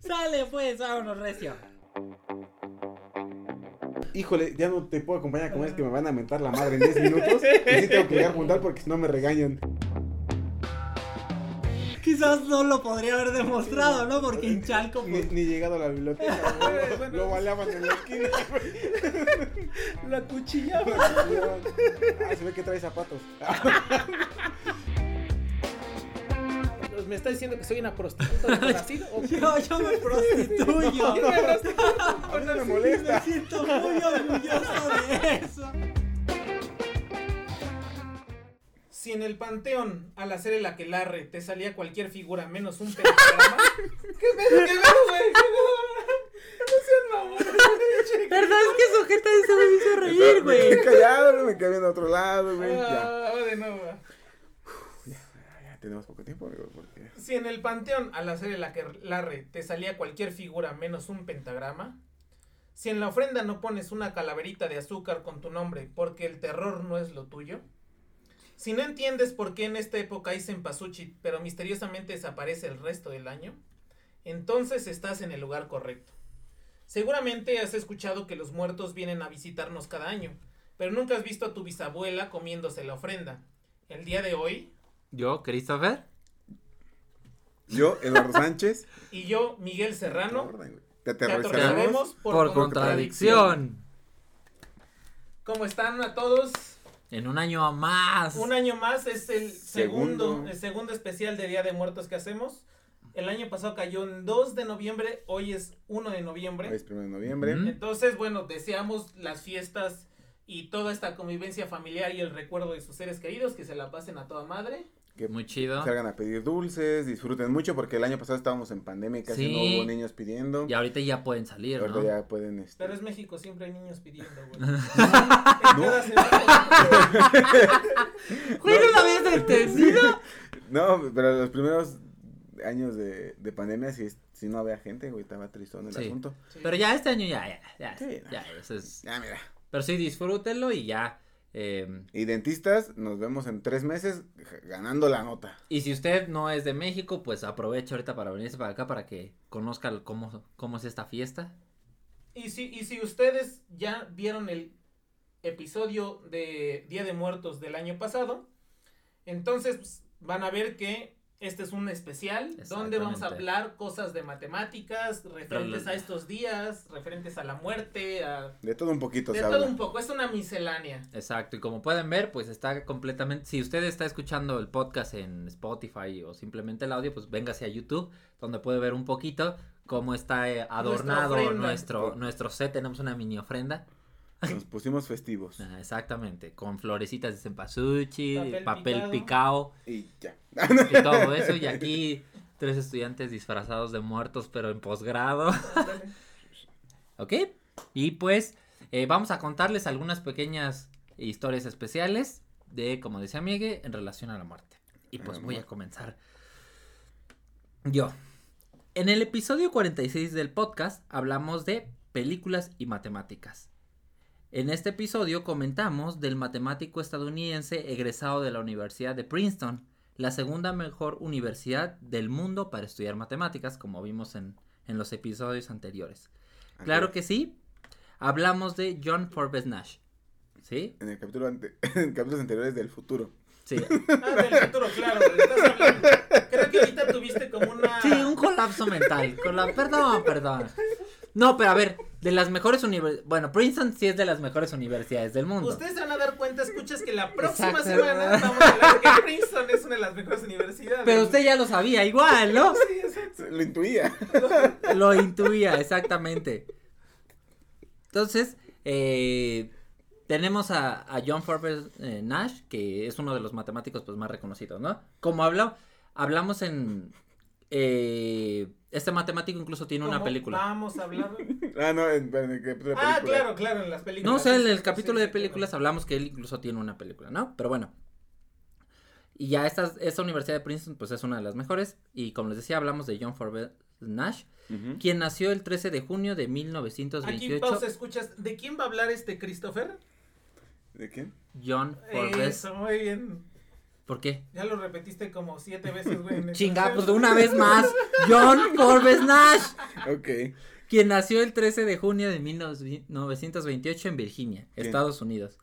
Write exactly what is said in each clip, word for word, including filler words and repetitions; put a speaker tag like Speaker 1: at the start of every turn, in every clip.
Speaker 1: Sale pues, vámonos recio.
Speaker 2: Híjole, ya no te puedo acompañar a comer, es que me van a mentar la madre en diez minutos. Y sí tengo que llegar a juntar porque si no me regañan.
Speaker 1: Quizás no lo podría haber demostrado, ¿no? Porque en Chalco...
Speaker 2: Ni,
Speaker 1: Pues...
Speaker 2: ni llegado a la biblioteca, güey. Bueno, lo baleaban en la esquina, güey.
Speaker 3: La cuchillaba.
Speaker 2: Ah, se ve que trae zapatos.
Speaker 3: ¿Me está diciendo que soy una prostituta de Brasil? ¿O qué?
Speaker 1: Yo, yo me prostituyo.
Speaker 3: Yo me prostituyo.
Speaker 2: A mí no me molesta.
Speaker 1: Me siento muy orgulloso de eso.
Speaker 4: Si en el panteón, al hacer el aquelarre, te salía cualquier figura menos un pentagrama. ¿Qué pedo, qué pedo, güey? ¿Qué pedo? No sean mamones.
Speaker 1: Verdad es que sujeta eso me hizo reír,
Speaker 2: Me quedé
Speaker 1: güey.
Speaker 2: callado, me quedé viendo a otro lado, güey. Ya.
Speaker 4: Ah, de nuevo.
Speaker 2: Ya, ya tenemos poco tiempo, amigo, porque...
Speaker 4: Si en el panteón, al hacer el aquelarre, te salía cualquier figura menos un pentagrama. Si en la ofrenda no pones una calaverita de azúcar con tu nombre porque el terror no es lo tuyo. Si no entiendes por qué en esta época hay cempasúchil, pero misteriosamente desaparece el resto del año, entonces estás en el lugar correcto. Seguramente has escuchado que los muertos vienen a visitarnos cada año, pero nunca has visto a tu bisabuela comiéndose la ofrenda. El día de hoy...
Speaker 1: Yo, Christopher.
Speaker 2: Yo, Eduardo Sánchez.
Speaker 4: Y yo, Miguel Serrano.
Speaker 2: Te
Speaker 4: Te
Speaker 2: aterrorizaremos
Speaker 4: atorgaremos
Speaker 1: Por,
Speaker 4: por,
Speaker 1: contradicción.
Speaker 4: ¿Cómo están a todos?
Speaker 1: En un año más.
Speaker 4: Un año más es el segundo,
Speaker 2: Segundo.
Speaker 4: el segundo especial de Día de Muertos que hacemos. El año pasado cayó en dos de noviembre, hoy es uno de noviembre.
Speaker 2: Hoy es primero de noviembre.
Speaker 1: Ujú.
Speaker 4: Entonces, bueno, deseamos las fiestas y toda esta convivencia familiar y el recuerdo de sus seres queridos, que se la pasen a toda madre.
Speaker 2: Que
Speaker 1: Muy chido.
Speaker 2: salgan a pedir dulces, disfruten mucho, porque el año pasado estábamos en pandemia y casi
Speaker 1: Sí.
Speaker 2: no hubo niños pidiendo.
Speaker 1: Y ahorita ya pueden salir,
Speaker 2: Ahorita
Speaker 1: ¿no?
Speaker 2: ya pueden, este...
Speaker 4: Pero es México, siempre hay niños pidiendo, güey. En cada semana.
Speaker 1: Güey, ¿no lo habías entendido?
Speaker 2: No, pero los primeros años de, de pandemia sí, sí no había gente, güey, estaba tristón el
Speaker 1: Sí.
Speaker 2: asunto.
Speaker 4: Sí.
Speaker 1: Pero ya este año ya, ya, ya.
Speaker 2: Sí,
Speaker 1: ya, eso es.
Speaker 2: Ya, mira.
Speaker 1: Pero sí, disfrútenlo y ya. eh,
Speaker 2: Y dentistas, nos vemos en tres meses g- ganando la nota.
Speaker 1: y si usted no es de México, pues aproveche ahorita para venirse para acá para que conozca el- cómo, cómo es esta fiesta.
Speaker 4: Y si, y si ustedes ya vieron el episodio de Día de Muertos del año pasado, entonces pues, van a ver que este es un especial donde vamos a
Speaker 1: Exactamente.
Speaker 4: hablar cosas de matemáticas, referentes
Speaker 1: Pero-
Speaker 4: a estos días, referentes a la muerte, a...
Speaker 2: De todo un poquito
Speaker 4: De
Speaker 2: se
Speaker 4: todo
Speaker 2: habla.
Speaker 4: un poco, es una miscelánea.
Speaker 1: Exacto, y como pueden ver, pues está completamente, si usted está escuchando el podcast en Spotify o simplemente el audio, pues véngase a YouTube, donde puede ver un poquito cómo está eh, adornado
Speaker 4: ofrenda.
Speaker 1: nuestro, nuestro set, tenemos una mini ofrenda.
Speaker 2: Nos pusimos festivos.
Speaker 1: Ah, exactamente, con florecitas de cempasúchil,
Speaker 4: Papel
Speaker 1: papel,
Speaker 4: picado.
Speaker 1: picado
Speaker 2: Y ya.
Speaker 1: y todo eso, y aquí tres estudiantes disfrazados de muertos, pero en posgrado. ¿Ok? Y pues eh, vamos a contarles algunas pequeñas historias especiales de, como decía Miguel, en relación a la muerte. Y pues
Speaker 2: Ah,
Speaker 1: voy a
Speaker 2: muerte.
Speaker 1: comenzar yo. En el episodio cuarenta y seis del podcast hablamos de películas y matemáticas. En este episodio comentamos del matemático estadounidense egresado de la Universidad de Princeton, la segunda mejor universidad del mundo para estudiar matemáticas, como vimos en, en los episodios anteriores. Claro que sí, hablamos de John Forbes Nash, ¿sí?
Speaker 2: En el capítulo ante... en capítulos anteriores del futuro.
Speaker 1: Sí,
Speaker 4: Ah, del futuro, claro. Estás hablando. Creo que ahorita tuviste como una...
Speaker 1: sí, un colapso mental, cola- perdón, perdón. No, pero a ver, de las mejores universidades, bueno, Princeton sí es de las mejores universidades del mundo.
Speaker 4: Ustedes se van a dar cuenta, escuchas que la próxima
Speaker 1: Exacto.
Speaker 4: semana vamos a hablar de que Princeton es una de las mejores universidades.
Speaker 1: Pero usted ya lo sabía igual, ¿no?
Speaker 4: Sí, exacto.
Speaker 2: Lo intuía.
Speaker 1: Lo intuía, exactamente. Entonces, eh, tenemos a, a John Forbes eh, Nash, que es uno de los matemáticos pues más reconocidos, ¿no? Como habla, hablamos en... Eh, este matemático incluso tiene una
Speaker 4: ¿Cómo
Speaker 1: película.
Speaker 4: Vamos a hablar.
Speaker 2: Ah, no, en, en el capítulo de
Speaker 4: Ah,
Speaker 2: película.
Speaker 4: claro, claro, en las películas.
Speaker 1: No sé, en
Speaker 4: Sí,
Speaker 1: el
Speaker 4: sí,
Speaker 1: capítulo
Speaker 4: sí,
Speaker 1: de
Speaker 4: sí,
Speaker 1: películas
Speaker 4: claro.
Speaker 1: hablamos que él incluso tiene una película, ¿no? Pero bueno. Y ya esta, esta universidad de Princeton pues es una de las mejores. Y como les decía, hablamos de John Forbes Nash,
Speaker 2: Ujú.
Speaker 1: quien nació el trece de junio de mil novecientos
Speaker 4: Aquí
Speaker 1: veintiocho.
Speaker 4: pausa, escuchas. ¿De quién va a hablar este Christopher?
Speaker 2: ¿De quién?
Speaker 1: John Forbes
Speaker 4: Eso, muy bien.
Speaker 1: ¿Por qué?
Speaker 4: Ya lo repetiste como siete veces, güey. en el
Speaker 1: Chinga,
Speaker 4: tercero.
Speaker 1: pues de una vez más. John Forbes Nash,
Speaker 2: Ok.
Speaker 1: quien nació el trece de junio de mil novecientos veintiocho en Virginia,
Speaker 2: ¿Quién?
Speaker 1: Estados Unidos.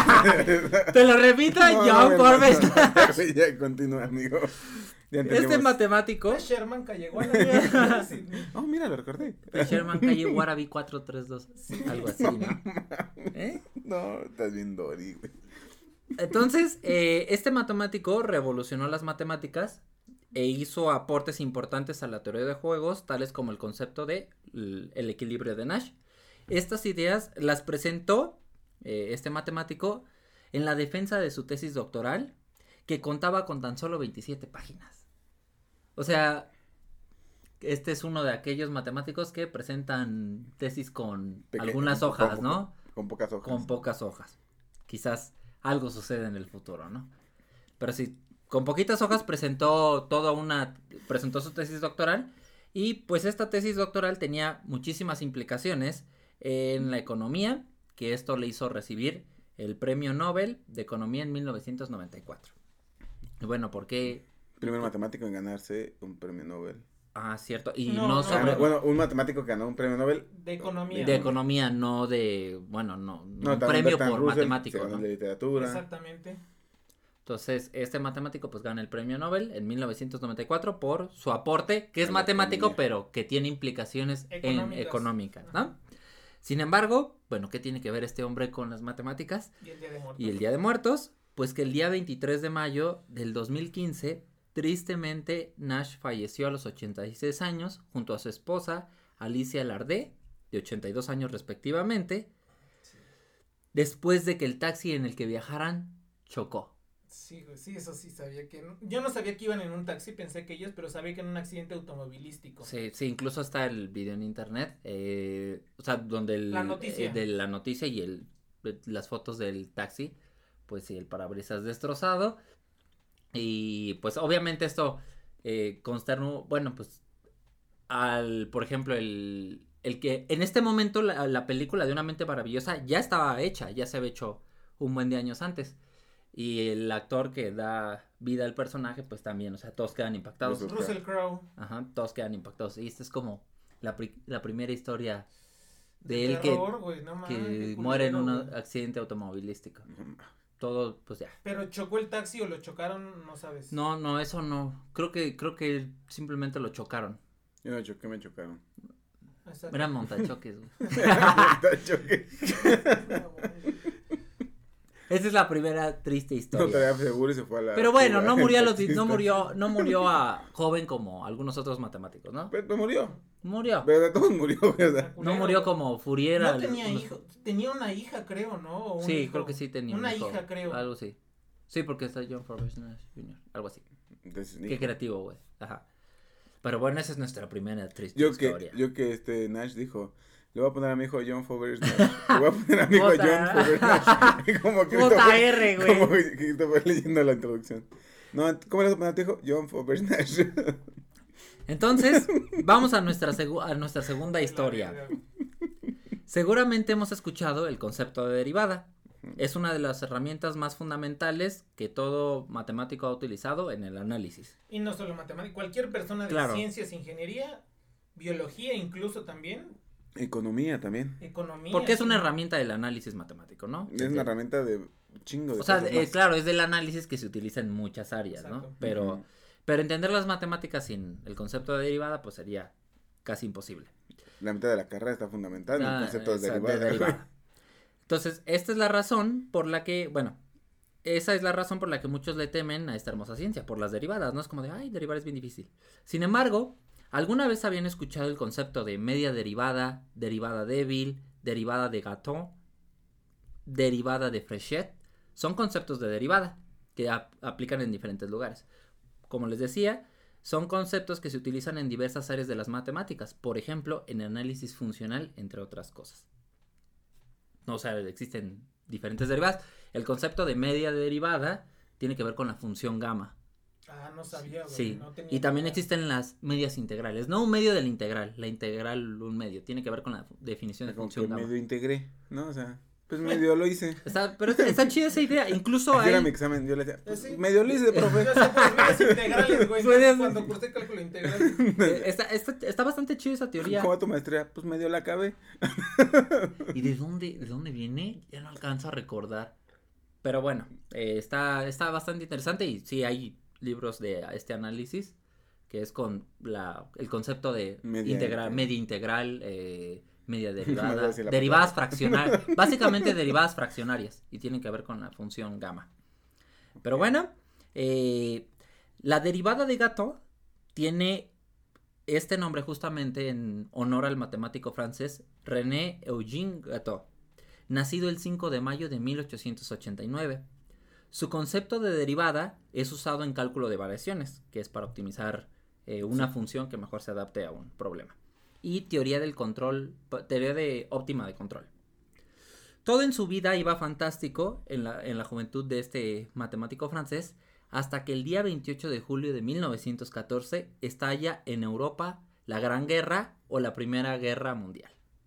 Speaker 1: Te lo repito,
Speaker 2: No,
Speaker 1: John
Speaker 2: no,
Speaker 1: Forbes
Speaker 2: no,
Speaker 1: Nash.
Speaker 2: no, ya continúa, amigo. Ya
Speaker 1: Este
Speaker 2: entendimos.
Speaker 1: matemático,
Speaker 4: Ah, Sherman Calleguana, mira, sí,
Speaker 2: Oh, mira, lo recordé.
Speaker 1: de Sherman Calle Guarabi cuatro tres dos, algo así, ¿no? ¿Eh?
Speaker 2: No, estás bien Dory, güey.
Speaker 1: Entonces, eh, este matemático revolucionó las matemáticas e hizo aportes importantes a la teoría de juegos, tales como el concepto de l- el equilibrio de Nash. Estas ideas las presentó eh, este matemático en la defensa de su tesis doctoral, que contaba con tan solo veintisiete páginas. O sea, este es uno de aquellos matemáticos que presentan tesis con
Speaker 2: Pequeño,
Speaker 1: algunas
Speaker 2: con
Speaker 1: hojas,
Speaker 2: poco-
Speaker 1: ¿no?
Speaker 2: Con pocas hojas.
Speaker 1: Con pocas hojas. Quizás algo sucede en el futuro, ¿no? Pero sí, con poquitas hojas presentó toda una, presentó su tesis doctoral y pues esta tesis doctoral tenía muchísimas implicaciones en la economía, que esto le hizo recibir el Premio Nobel de Economía en mil novecientos noventa y cuatro. Y bueno, ¿por qué?
Speaker 2: Primer matemático en ganarse un premio Nobel.
Speaker 1: Ah, cierto, y
Speaker 4: No,
Speaker 1: no,
Speaker 4: no,
Speaker 1: sobre...
Speaker 2: Ah, bueno, un matemático que ganó un premio Nobel.
Speaker 4: de economía.
Speaker 1: de economía, no de, bueno, no, no
Speaker 2: No,
Speaker 1: un
Speaker 2: también
Speaker 1: premio
Speaker 2: Bertrand
Speaker 1: por
Speaker 2: Russell,
Speaker 1: matemático,
Speaker 2: se ganó
Speaker 1: ¿no?
Speaker 2: de literatura.
Speaker 4: Exactamente.
Speaker 1: Entonces, este matemático pues gana el premio Nobel en mil novecientos noventa y cuatro por su aporte, que es
Speaker 2: A la
Speaker 1: matemático,
Speaker 2: economía.
Speaker 1: pero que tiene implicaciones en
Speaker 4: Económicas.
Speaker 1: económicas, ¿no?
Speaker 4: Ajá.
Speaker 1: Sin embargo, bueno, ¿qué tiene que ver este hombre con las matemáticas
Speaker 4: Y el día de muertos.
Speaker 1: y el Día de Muertos? Pues que el día veintitrés de mayo del dos mil quince, tristemente, Nash falleció a los ochenta y seis años junto a su esposa Alicia Lardé, de ochenta y dos años respectivamente, después de que el taxi en el que viajaran chocó.
Speaker 4: Sí, güey, sí, eso sí sabía que no- yo no sabía que iban en un taxi, pensé que ellos, pero sabía que en un accidente automovilístico.
Speaker 1: Sí, sí, incluso está el video en internet, eh, o sea, donde el,
Speaker 4: La noticia.
Speaker 1: eh, de la noticia y el, de las fotos del taxi, pues sí, el parabrisas destrozado, y pues obviamente esto eh, consternó, bueno, pues, al, por ejemplo, el, el que, en este momento la, la película de Una mente maravillosa ya estaba hecha, ya se había hecho un buen de años antes, y el actor que da vida al personaje, pues también, o sea, todos quedan impactados.
Speaker 2: Russell
Speaker 4: Russell Crowe.
Speaker 1: Ajá, todos quedan impactados. Y esta es como la, pri- la primera historia de
Speaker 4: De
Speaker 1: él que,
Speaker 4: terror, güey, no mames,
Speaker 1: que
Speaker 4: qué
Speaker 1: muere en un
Speaker 4: culero, güey.
Speaker 1: accidente automovilístico. Todo, pues ya.
Speaker 4: Pero chocó el taxi o lo chocaron, no sabes.
Speaker 1: No, no, eso no. Creo que, creo que simplemente lo chocaron.
Speaker 2: Yo no choqué, me chocaron.
Speaker 4: Exacto.
Speaker 1: Eran montachoques, güey.
Speaker 2: Choqué.
Speaker 4: No, güey.
Speaker 1: Esa es la primera triste
Speaker 2: No
Speaker 1: historia.
Speaker 2: traía seguro y se fue a la.
Speaker 1: Pero bueno, no murió a los,
Speaker 2: taxista.
Speaker 1: no murió, no murió a joven como algunos otros matemáticos, ¿no?
Speaker 2: Pero, pero murió.
Speaker 1: Murió.
Speaker 2: Pero de todos murió, ¿verdad?
Speaker 1: No murió como Furiera.
Speaker 4: No tenía
Speaker 1: unos-
Speaker 4: hijo, tenía una hija, creo, ¿no? O un
Speaker 1: Sí,
Speaker 4: hijo.
Speaker 1: creo que sí tenía
Speaker 4: Una
Speaker 1: un hijo,
Speaker 4: hija, creo.
Speaker 1: Algo así. Sí, porque está John Forbes Nash junior Algo así.
Speaker 2: Entonces,
Speaker 1: Qué
Speaker 2: dijo.
Speaker 1: creativo, güey. Ajá. Pero bueno, esa es nuestra primera triste
Speaker 2: Yo que,
Speaker 1: historia.
Speaker 2: yo que este Nash dijo, le voy a poner a mi hijo John Forbes Nash. Le voy a poner a mi hijo
Speaker 1: J-
Speaker 2: John Forbes Nash. Como que
Speaker 1: J R, güey.
Speaker 2: Como que estaba leyendo la introducción. No, ¿cómo le vas a poner a tu hijo? John Forbes Nash.
Speaker 1: Entonces, vamos a nuestra, segu- a nuestra segunda historia. Seguramente hemos escuchado el concepto de derivada. Es una de las herramientas más fundamentales que todo matemático ha utilizado en el análisis.
Speaker 4: Y no solo matemática, cualquier persona de
Speaker 1: Claro.
Speaker 4: ciencias, ingeniería, biología incluso también,
Speaker 2: Economía también.
Speaker 4: economía.
Speaker 1: Porque es una
Speaker 4: sí.
Speaker 1: herramienta del análisis matemático, ¿no?
Speaker 2: Es una herramienta de chingo de
Speaker 1: O sea,
Speaker 2: cosas
Speaker 1: eh,
Speaker 2: más.
Speaker 1: claro, es del análisis que se utiliza en muchas áreas, ¿no?
Speaker 4: Exacto.
Speaker 1: Pero,
Speaker 2: Ujú.
Speaker 1: pero entender las matemáticas sin el concepto de derivada, pues sería casi imposible.
Speaker 2: La mitad de la carrera está fundamental en
Speaker 1: Ah,
Speaker 2: el concepto de
Speaker 1: esa-
Speaker 2: derivada.
Speaker 1: derivada. Entonces, esta es la razón por la que, bueno, esa es la razón por la que muchos le temen a esta hermosa ciencia, por las derivadas, ¿no? Es como de, ay, derivar es bien difícil. Sin embargo, ¿alguna vez habían escuchado el concepto de media derivada, derivada débil, derivada de Gatton, derivada de Fréchet? Son conceptos de derivada que ap- aplican en diferentes lugares. Como les decía, son conceptos que se utilizan en diversas áreas de las matemáticas, por ejemplo, en análisis funcional, entre otras cosas. O sea, existen diferentes derivadas. El concepto de media derivada tiene que ver con la función gamma.
Speaker 4: Ah, no sabía, güey.
Speaker 1: Sí,
Speaker 4: no tenía
Speaker 1: y también
Speaker 4: idea.
Speaker 1: existen las medias integrales. No un medio de la integral, la integral un medio. Tiene que ver con la fu- definición de
Speaker 2: Como que
Speaker 1: función gamma.
Speaker 2: medio integré, ¿no? O sea, Pues medio lo hice.
Speaker 1: Está, pero está, está chida esa idea. Incluso
Speaker 2: Así era mi
Speaker 1: hay.
Speaker 2: examen, yo le decía, pues,
Speaker 4: Sí.
Speaker 2: medio lo hice, profe.
Speaker 4: Yo sé por vías integrales, güey.
Speaker 1: Puedes-
Speaker 4: Cuando cursé cálculo integral.
Speaker 1: eh, Está, está, está bastante chida esa teoría.
Speaker 2: ¿Cómo va tu maestría? Pues medio la acabé.
Speaker 1: ¿Y de dónde, de dónde viene? Ya no alcanzo a recordar. Pero bueno, eh, está, está bastante interesante y sí hay libros de este análisis que es con la, el concepto de
Speaker 2: Media
Speaker 1: integral,
Speaker 2: integral.
Speaker 1: media integral, eh, media
Speaker 2: No voy a
Speaker 1: derivada,
Speaker 2: decir la
Speaker 1: derivadas fraccionarias, básicamente derivadas fraccionarias y tienen que ver con la función gamma. Pero bueno, eh, la derivada de Gato tiene este nombre justamente en honor al matemático francés René Eugène Gato, nacido el cinco de mayo de mil ochocientos ochenta y nueve. Su concepto de derivada es usado en cálculo de variaciones, que es para optimizar eh, una
Speaker 2: Sí.
Speaker 1: función que mejor se adapte a un problema. Y teoría del control, teoría de óptima de control. Todo en su vida iba fantástico en la, en la juventud de este matemático francés, hasta que el día veintiocho de julio de mil novecientos catorce estalla en Europa la Gran Guerra o la Primera Guerra Mundial.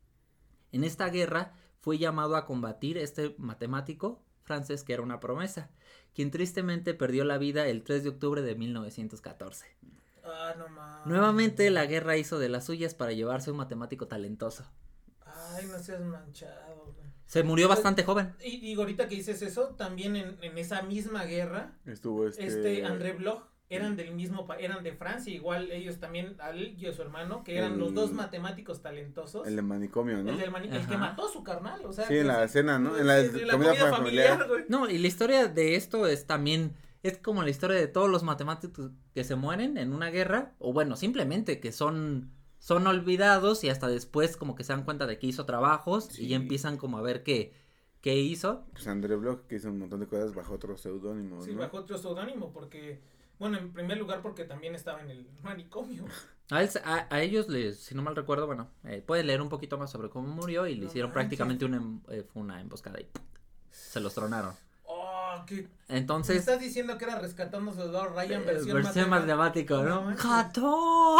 Speaker 1: En esta guerra fue llamado a combatir este matemático francés que era una promesa, quien tristemente perdió la vida el tres de octubre de mil novecientos catorce.
Speaker 4: Ah, no mames.
Speaker 1: Nuevamente la guerra hizo de las suyas para llevarse un matemático talentoso.
Speaker 4: Ay, no seas manchado, güey.
Speaker 1: Se murió bastante joven.
Speaker 4: Y digo, ahorita que dices eso, también en, en esa misma guerra,
Speaker 2: Estuvo este.
Speaker 4: este André Bloch eran del mismo, pa- eran de Francia, igual ellos también, a él y a su hermano, que eran
Speaker 2: El-
Speaker 4: los dos matemáticos talentosos.
Speaker 2: El de manicomio, ¿no?
Speaker 4: El, del mani- el
Speaker 1: Ajá.
Speaker 4: que mató a su carnal, o sea.
Speaker 2: Sí, en
Speaker 4: que
Speaker 2: la
Speaker 4: sí,
Speaker 2: cena, ¿no?
Speaker 4: sí,
Speaker 2: En la
Speaker 4: sí,
Speaker 2: comida familiar.
Speaker 4: güey.
Speaker 1: No, y la historia de esto es también, es como la historia de todos los matemáticos que se mueren en una guerra, o bueno, simplemente que son, son olvidados y hasta después como que se dan cuenta de que hizo trabajos y
Speaker 2: Sí.
Speaker 1: ya empiezan como a ver qué, qué hizo.
Speaker 2: Pues André Bloch, que hizo un montón de cosas bajo otro seudónimo,
Speaker 4: Sí,
Speaker 2: ¿no?
Speaker 4: bajo otro seudónimo, porque, bueno, en primer lugar porque también estaba en el manicomio.
Speaker 1: A, él, se- a, a ellos, les, si no mal recuerdo, bueno, eh, pueden leer un poquito más sobre cómo murió y le
Speaker 4: No
Speaker 1: hicieron
Speaker 4: manches.
Speaker 1: prácticamente una, em- eh, fue una emboscada y se los tronaron.
Speaker 4: Oh, que ¿me
Speaker 1: Entonces,
Speaker 4: estás diciendo que era rescatando a Soldado Ryan
Speaker 1: eh,
Speaker 4: versión,
Speaker 1: versión
Speaker 4: matemática?
Speaker 1: matemático,
Speaker 4: No
Speaker 1: ¿no?
Speaker 4: manches.
Speaker 1: ¡Gato!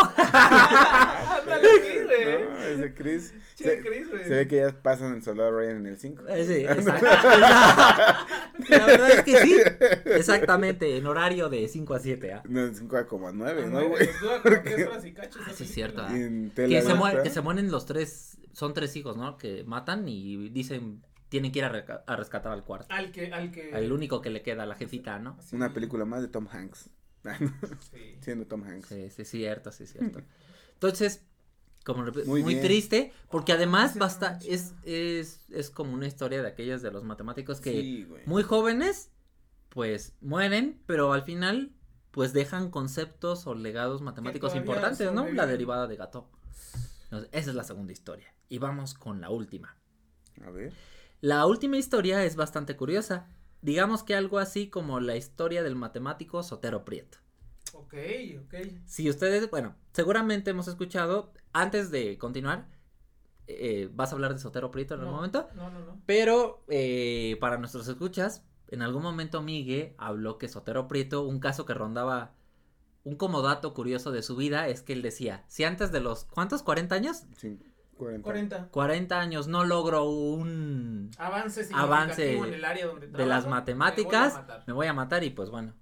Speaker 4: Ándale, sí, güey.
Speaker 2: No, ese Chris.
Speaker 4: Che,
Speaker 2: Se,
Speaker 4: Chris, güey.
Speaker 2: se ve que ya pasan el Soldado Ryan en el cinco.
Speaker 1: Eh, Sí, exacto. La verdad es que sí. Exactamente, en horario de cinco a siete. ¿ah?
Speaker 2: No, cinco como a nueve,
Speaker 4: Ah,
Speaker 2: ¿no,
Speaker 4: güey,
Speaker 2: güey?
Speaker 4: pues dura como tres horas y cacho esa
Speaker 1: Ah, sí, es
Speaker 4: película.
Speaker 1: cierto, ah.
Speaker 2: Y en
Speaker 1: Que
Speaker 2: tela
Speaker 1: se,
Speaker 2: de
Speaker 1: mue-
Speaker 2: esta.
Speaker 1: que se mueren los tres, son tres hijos, ¿no? Que matan y dicen, tienen que ir a, reca- a rescatar al cuarto.
Speaker 4: Al que, al que.
Speaker 1: Al único que le queda, a la jefita, ¿no?
Speaker 4: Sí.
Speaker 2: Una película más de Tom Hanks.
Speaker 4: Sí.
Speaker 2: Siendo Tom Hanks.
Speaker 1: Sí, sí, cierto, sí, cierto. Entonces, como rep- muy,
Speaker 2: Muy bien.
Speaker 1: triste, porque además
Speaker 4: sí,
Speaker 1: basta,
Speaker 4: manches.
Speaker 1: es, es, es como una historia de aquellas de los matemáticos que
Speaker 2: Sí, güey.
Speaker 1: muy jóvenes, pues mueren, pero al final, pues dejan conceptos o legados matemáticos
Speaker 4: todavía
Speaker 1: importantes, ¿no? La
Speaker 4: sobreviven.
Speaker 1: derivada de Gato. Entonces, esa es la segunda historia. Y vamos con la última.
Speaker 2: A ver.
Speaker 1: La última historia es bastante curiosa. Digamos que algo así como la historia del matemático Sotero Prieto.
Speaker 4: Ok, ok.
Speaker 1: Si ustedes, bueno, seguramente hemos escuchado, antes de continuar, eh, vas a hablar de Sotero Prieto en
Speaker 4: No,
Speaker 1: algún momento,
Speaker 4: No, no, no.
Speaker 1: pero eh, para nuestros escuchas, en algún momento Migue habló que Sotero Prieto, un caso que rondaba, un como dato curioso de su vida, es que él decía, si antes de los, ¿cuántos? ¿cuarenta años?
Speaker 2: Sí, cuarenta.
Speaker 4: cuarenta.
Speaker 1: cuarenta años no logró un
Speaker 4: Avance significativo
Speaker 1: Avance
Speaker 4: en el área donde
Speaker 1: de las
Speaker 4: trabajo,
Speaker 1: matemáticas,
Speaker 4: me voy a matar.
Speaker 1: me voy a matar y pues bueno.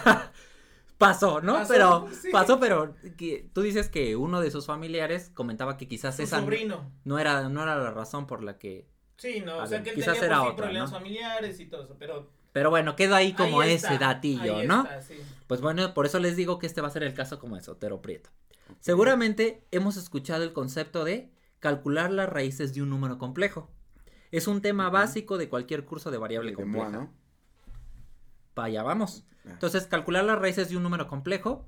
Speaker 1: Pasó, ¿no?
Speaker 4: Pasó,
Speaker 1: pero
Speaker 4: sí.
Speaker 1: pasó, pero que, tú dices que uno de sus familiares comentaba que quizás
Speaker 4: Su
Speaker 1: esa no,
Speaker 4: sobrino.
Speaker 1: no era no era la razón por la que,
Speaker 4: Sí, no,
Speaker 1: A
Speaker 4: o sea
Speaker 1: ver,
Speaker 4: que él
Speaker 1: quizás
Speaker 4: tenía
Speaker 1: era
Speaker 4: por sí
Speaker 1: otra,
Speaker 4: problemas
Speaker 1: ¿no?
Speaker 4: familiares y todo eso, pero
Speaker 1: pero bueno, quedó ahí como
Speaker 4: ahí
Speaker 1: ese
Speaker 4: está,
Speaker 1: datillo,
Speaker 4: ahí
Speaker 1: ¿no?
Speaker 4: está, sí.
Speaker 1: Pues bueno, por eso les digo que este va a ser el caso como de Sotero Prieto. Seguramente hemos escuchado el concepto de calcular las raíces de un número complejo. Es un tema
Speaker 2: Ujú.
Speaker 1: básico de cualquier curso de variable
Speaker 2: Y de
Speaker 1: compleja.
Speaker 2: Moa, ¿no?
Speaker 1: Para allá vamos.
Speaker 2: Ah.
Speaker 1: Entonces, calcular las raíces de un número complejo,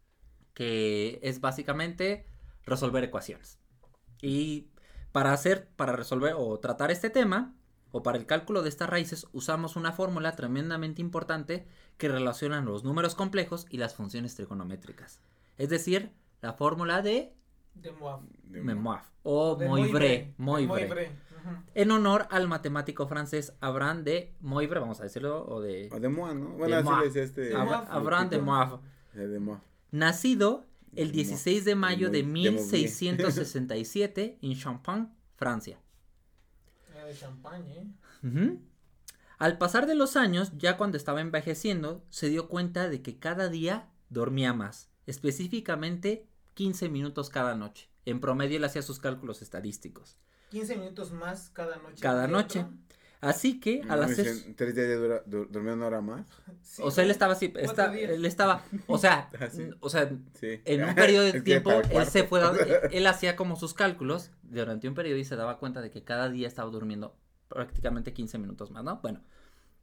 Speaker 1: que es básicamente resolver ecuaciones. Y para hacer, para resolver o tratar este tema, o para el cálculo de estas raíces, usamos una fórmula tremendamente importante que relaciona los números complejos y las funciones trigonométricas. Es decir, la fórmula de
Speaker 4: De Moab.
Speaker 2: De
Speaker 1: Memoir o
Speaker 4: De
Speaker 1: Moivre,
Speaker 4: Moivre.
Speaker 1: Moivre,
Speaker 4: Moivre. Ujú.
Speaker 1: en honor al matemático francés Abraham de Moivre, vamos a decirlo, o de
Speaker 2: O de Moa, ¿no? Bueno, así
Speaker 1: Moa.
Speaker 2: le decía este.
Speaker 4: Ab-
Speaker 1: Abra- Abraham de Moivre.
Speaker 2: Eh, de Moa.
Speaker 1: Nacido el
Speaker 2: De
Speaker 1: dieciséis de mayo de
Speaker 2: de Mo- de
Speaker 1: mil seiscientos sesenta y siete en Champagne, Francia.
Speaker 4: Era de champaña, ¿eh?
Speaker 1: Uh-huh. Al pasar de los años, ya cuando estaba envejeciendo, se dio cuenta de que cada día dormía más, específicamente quince minutos cada noche. En promedio él hacía sus cálculos estadísticos.
Speaker 4: quince minutos más cada noche.
Speaker 1: Cada noche. Así que al
Speaker 2: No,
Speaker 1: hacer...
Speaker 2: dicen, ¿Tres días dura, dur, durmió una hora más?
Speaker 4: Sí,
Speaker 1: o sea, él estaba así, está, él estaba, o sea,
Speaker 2: Ah, sí.
Speaker 1: o sea,
Speaker 2: Sí.
Speaker 1: en un periodo de
Speaker 2: Es que
Speaker 1: tiempo,
Speaker 2: para el
Speaker 1: él se
Speaker 2: cuarto.
Speaker 1: fue, dando- él hacía como sus cálculos durante un periodo y se daba cuenta de que cada día estaba durmiendo prácticamente quince minutos más, ¿no? Bueno,